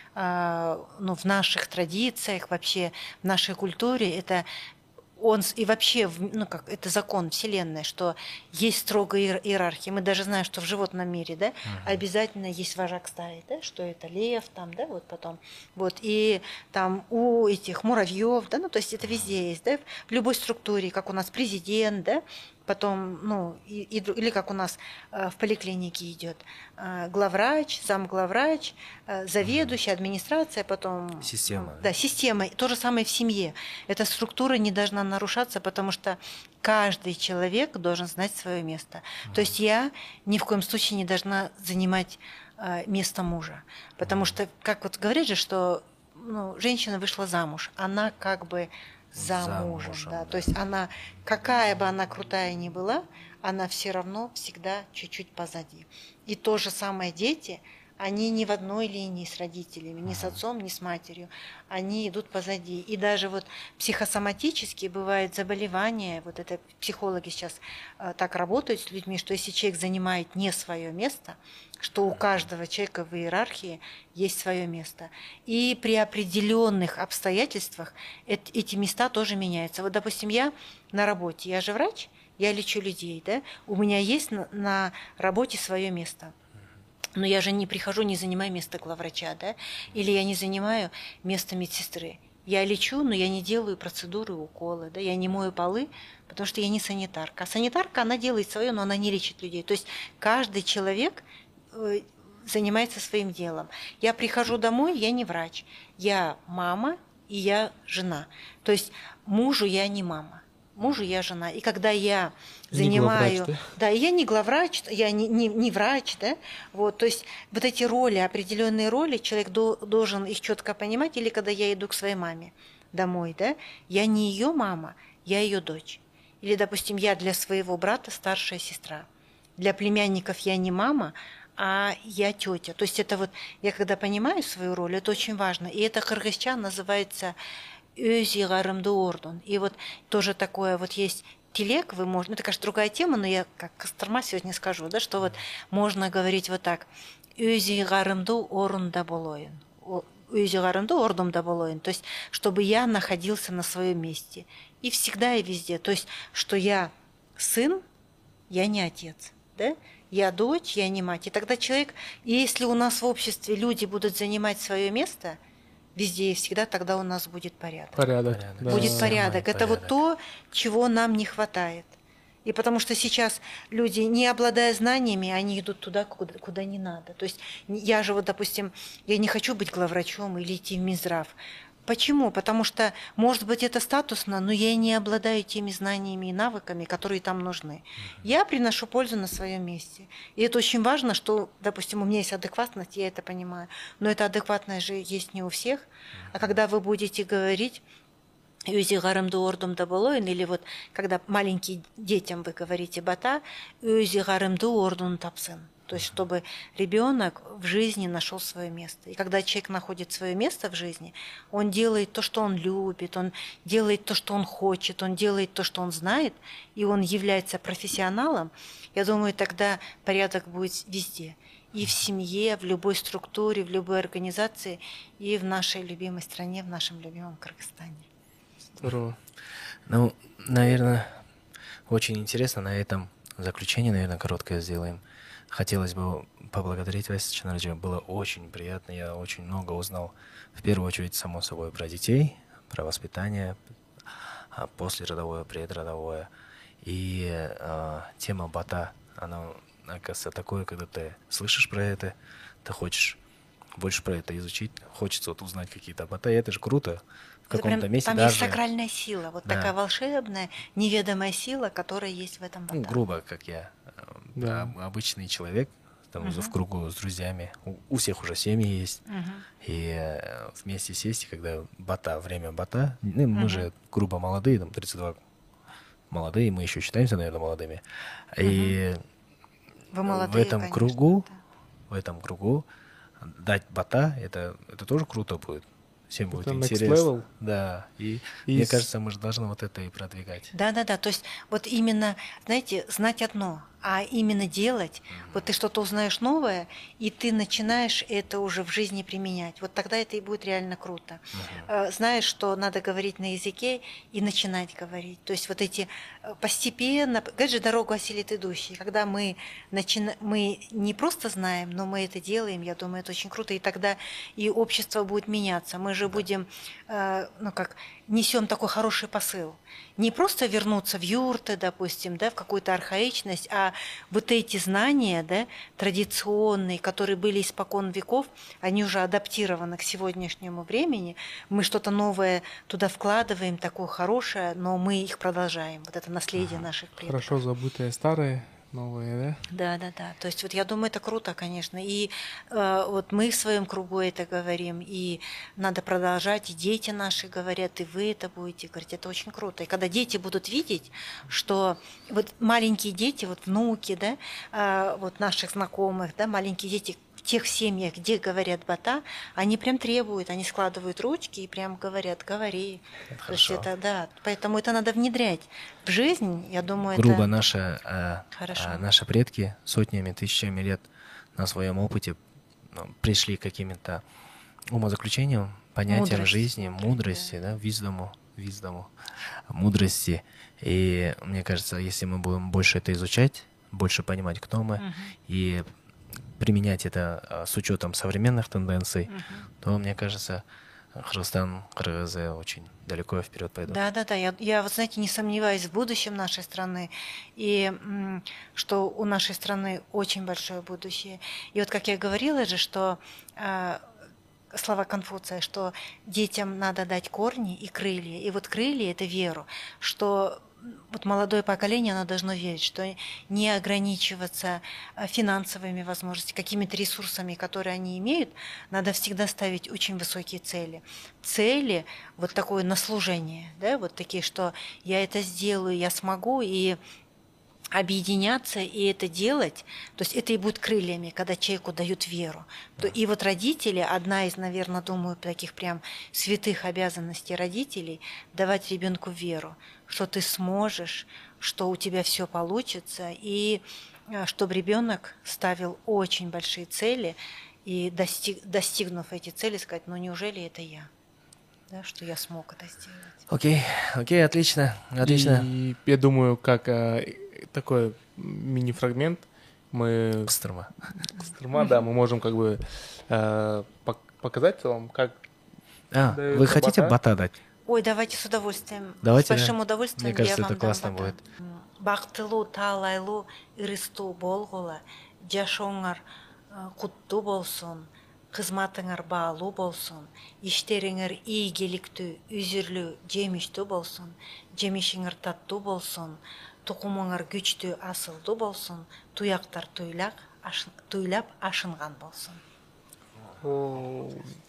э, ну, в наших традициях, вообще в нашей культуре. Это он с- и вообще, в- ну как, это закон Вселенной, что есть строгая иер- иерархия. Мы даже знаем, что в животном мире, да, обязательно есть вожак стаи, да, что это лев, там, да, вот потом, вот, и там у этих муравьев, да, ну, то есть это везде есть, да, в любой структуре, как у нас президент, да, потом, ну, и, и дру- или как у нас э, в поликлинике идет э, главврач, замглавврач, э, заведующий, администрация, потом... Система. ну, да, система. И то же самое в семье. Эта структура не должна нарушаться, потому что каждый человек должен знать свое место. То есть я ни в коем случае не должна занимать э, место мужа. Потому что, как вот говорят же, что ну, женщина вышла замуж, она как бы замужем, Замужем, да. да. То есть она, какая бы она крутая ни была, она все равно всегда чуть-чуть позади. И то же самое дети, они не в одной линии с родителями, ни с отцом, ни с матерью. Они идут позади. И даже вот психосоматически бывают заболевания, вот это психологи сейчас э, так работают с людьми, что если человек занимает не свое место, что у каждого человека в иерархии есть свое место. И при определенных обстоятельствах эт- эти места тоже меняются. Вот, допустим, я на работе, я же врач, я лечу людей, да, у меня есть на, на работе свое место. Но я же не прихожу, не занимаю место главврача, да, или я не занимаю место медсестры. Я лечу, но я не делаю процедуры, уколы, да, я не мою полы, потому что я не санитарка. А санитарка, она делает свое, но она не лечит людей. То есть каждый человек э, занимается своим делом. Я прихожу домой, я не врач, я мама и я жена. То есть мужу я не мама. Мужу я жена. И когда я Не занимаю... главврач, да? Да, и я не главврач, я не, не, не врач, да. Вот, то есть вот эти роли, определенные роли, человек до, должен их четко понимать. Или когда я иду к своей маме домой, да, я не ее мама, я ее дочь. Или, допустим, я для своего брата старшая сестра. Для племянников я не мама, а я тетя. То есть это вот, я когда понимаю свою роль, это очень важно. И это кыргызча называется «Özi гарымды ордун». И вот тоже такое вот есть телег, вы можете, ну это, конечно, другая тема, но я как Кострома сегодня скажу, да, что вот можно говорить вот так: «Özi гарымды орунда болоин». «Özi гарымды ордумда болоин». То есть, чтобы я находился на своем месте. И всегда и везде. То есть, что я сын, я не отец, да? Я дочь, я не мать. И тогда человек, если у нас в обществе люди будут занимать свое место, везде и всегда, тогда у нас будет порядок. Порядок. Порядок. Да. Будет Самый порядок. Это вот порядок. то, чего нам не хватает. И потому что сейчас люди, не обладая знаниями, они идут туда, куда, куда не надо. То есть я же вот, допустим, я не хочу быть главврачом или идти в Минздрав. Почему? Потому что, может быть, это статусно, но я не обладаю теми знаниями и навыками, которые там нужны. Я приношу пользу на своем месте. И это очень важно, что, допустим, у меня есть адекватность, я это понимаю. Но эта адекватность же есть не у всех. А когда вы будете говорить «Özi гарымды ордумда болоин», или вот когда маленьким детям вы говорите «бата», «Özi гарымды ордун тапсын». То есть, чтобы ребенок в жизни нашел свое место. И когда человек находит свое место в жизни, он делает то, что он любит, он делает то, что он хочет, он делает то, что он знает, и он является профессионалом, я думаю, тогда порядок будет везде. И в семье, в любой структуре, в любой организации, и в нашей любимой стране, в нашем любимом Кыргызстане. Здорово. Ну, наверное, очень интересно на этом заключение, наверное, короткое сделаем. Хотелось бы поблагодарить вас, Чанарджи. Было очень приятно. Я очень много узнал. В первую очередь, само собой, про детей, про воспитание, послеродовое, предродовое. И э, тема бата, она, оказывается, такое, когда ты слышишь про это, ты хочешь больше про это изучить, хочется вот узнать какие-то бата, и это же круто. В Это каком-то прям- месте там даже... есть сакральная сила, вот Да. такая волшебная, неведомая сила, которая есть в этом Ну, бата. грубо, как я, э, Да. об- обычный человек, там, Мгм. в кругу с друзьями. У, у всех уже семьи есть. Мгм. И э, вместе сесть, и когда бата, время бата, ну, мы Мгм. же грубо молодые, там тридцать два молодые, мы еще считаемся, наверное, молодыми. И Вы в молодые, этом конечно, кругу, да. в этом кругу дать бата, это, это тоже круто будет. Всем будет Это next интересно. level. Да. И, И мне с- кажется, мы же должны вот это и продвигать. Да, да, да. То есть вот именно, знаете, знать одно, а именно делать. Вот ты что-то узнаешь новое, и ты начинаешь это уже в жизни применять. Вот тогда это и будет реально круто. Э, Знаешь, что надо говорить на языке и начинать говорить. То есть вот эти э, постепенно, говорит же, дорогу осилит идущий. Когда мы, начина... мы не просто знаем, но мы это делаем, я думаю, это очень круто. И тогда и общество будет меняться. Мы же будем, э, ну как, несем такой хороший посыл. Не просто вернуться в юрты, допустим, да, в какую-то архаичность, а вот эти знания, да, традиционные, которые были испокон веков, они уже адаптированы к сегодняшнему времени. Мы что-то новое туда вкладываем, такое хорошее, но мы их продолжаем. Вот это наследие наших предков. Хорошо забытые старые, новые, да? Да, да, да. То есть вот я думаю, это круто, конечно. И э, вот мы в своем кругу это говорим, и надо продолжать, и дети наши говорят, и вы это будете говорить. Это очень круто. И когда дети будут видеть, что вот маленькие дети, вот внуки, да, э, вот наших знакомых, да, маленькие дети в тех семьях, где говорят бата, они прям требуют, они складывают ручки и прям говорят, говори. Это То есть хорошо. это, да, поэтому это надо внедрять в жизнь, я думаю, Грубо это... наши, э, Хорошо. э, наши предки сотнями, тысячами лет на своем опыте ну, пришли к каким-то умозаключениям, понятиям Мудрость. жизни, мудрости, да, виздому. виздому, мудрости. И мне кажется, если мы будем больше это изучать, больше понимать, кто мы, Мгм. и применять это а, с учетом современных тенденций, Мгм. то, мне кажется, Кыргызстан, кыргызы очень далеко вперед пойдут. Да, да, да. Я, я, вот знаете, не сомневаюсь в будущем нашей страны, и м, что у нашей страны очень большое будущее. И вот как я говорила же, что а, слова Конфуция, что детям надо дать корни и крылья. И вот крылья – это веру, что вот молодое поколение, оно должно верить, что не ограничиваться а, финансовыми возможностями, какими-то ресурсами, которые они имеют, надо всегда ставить очень высокие цели. Цели, вот такое на служение, да, вот такие, что я это сделаю, я смогу, и объединяться и это делать, то есть это и будет крыльями, когда человеку дают веру. То, и вот родители, одна из, наверное, думаю, таких прям святых обязанностей родителей, давать ребенку веру, что ты сможешь, что у тебя все получится, и а, чтобы ребенок ставил очень большие цели, и достиг, достигнув эти цели, сказать, ну неужели это я, да, что я смог это сделать. Окей, окей, отлично, отлично. И я думаю, как э, такой мини-фрагмент мы... Кыстырма. Кыстырма, да, мы можем как бы э, пок- показать вам, как... А, дается вы хотите бата? бата дать? Ой, давайте с удовольствием. Давайте, с большим да. удовольствием. Мне кажется, я вам это дам классно бата. будет. Бактылуу таалайлуу ырыстуу болгула, жашооңор э, куттуу болсун, кызматыңар баалуу болсун, иштериңер ийгиликтүү, үзүрлүү, жемиштүү болсун, жемишиңер таттуу болсун, тукумуңар күчтүү, асылдуу болсун, туяктар туйлак, аш- туйлап ашынган болсун. О,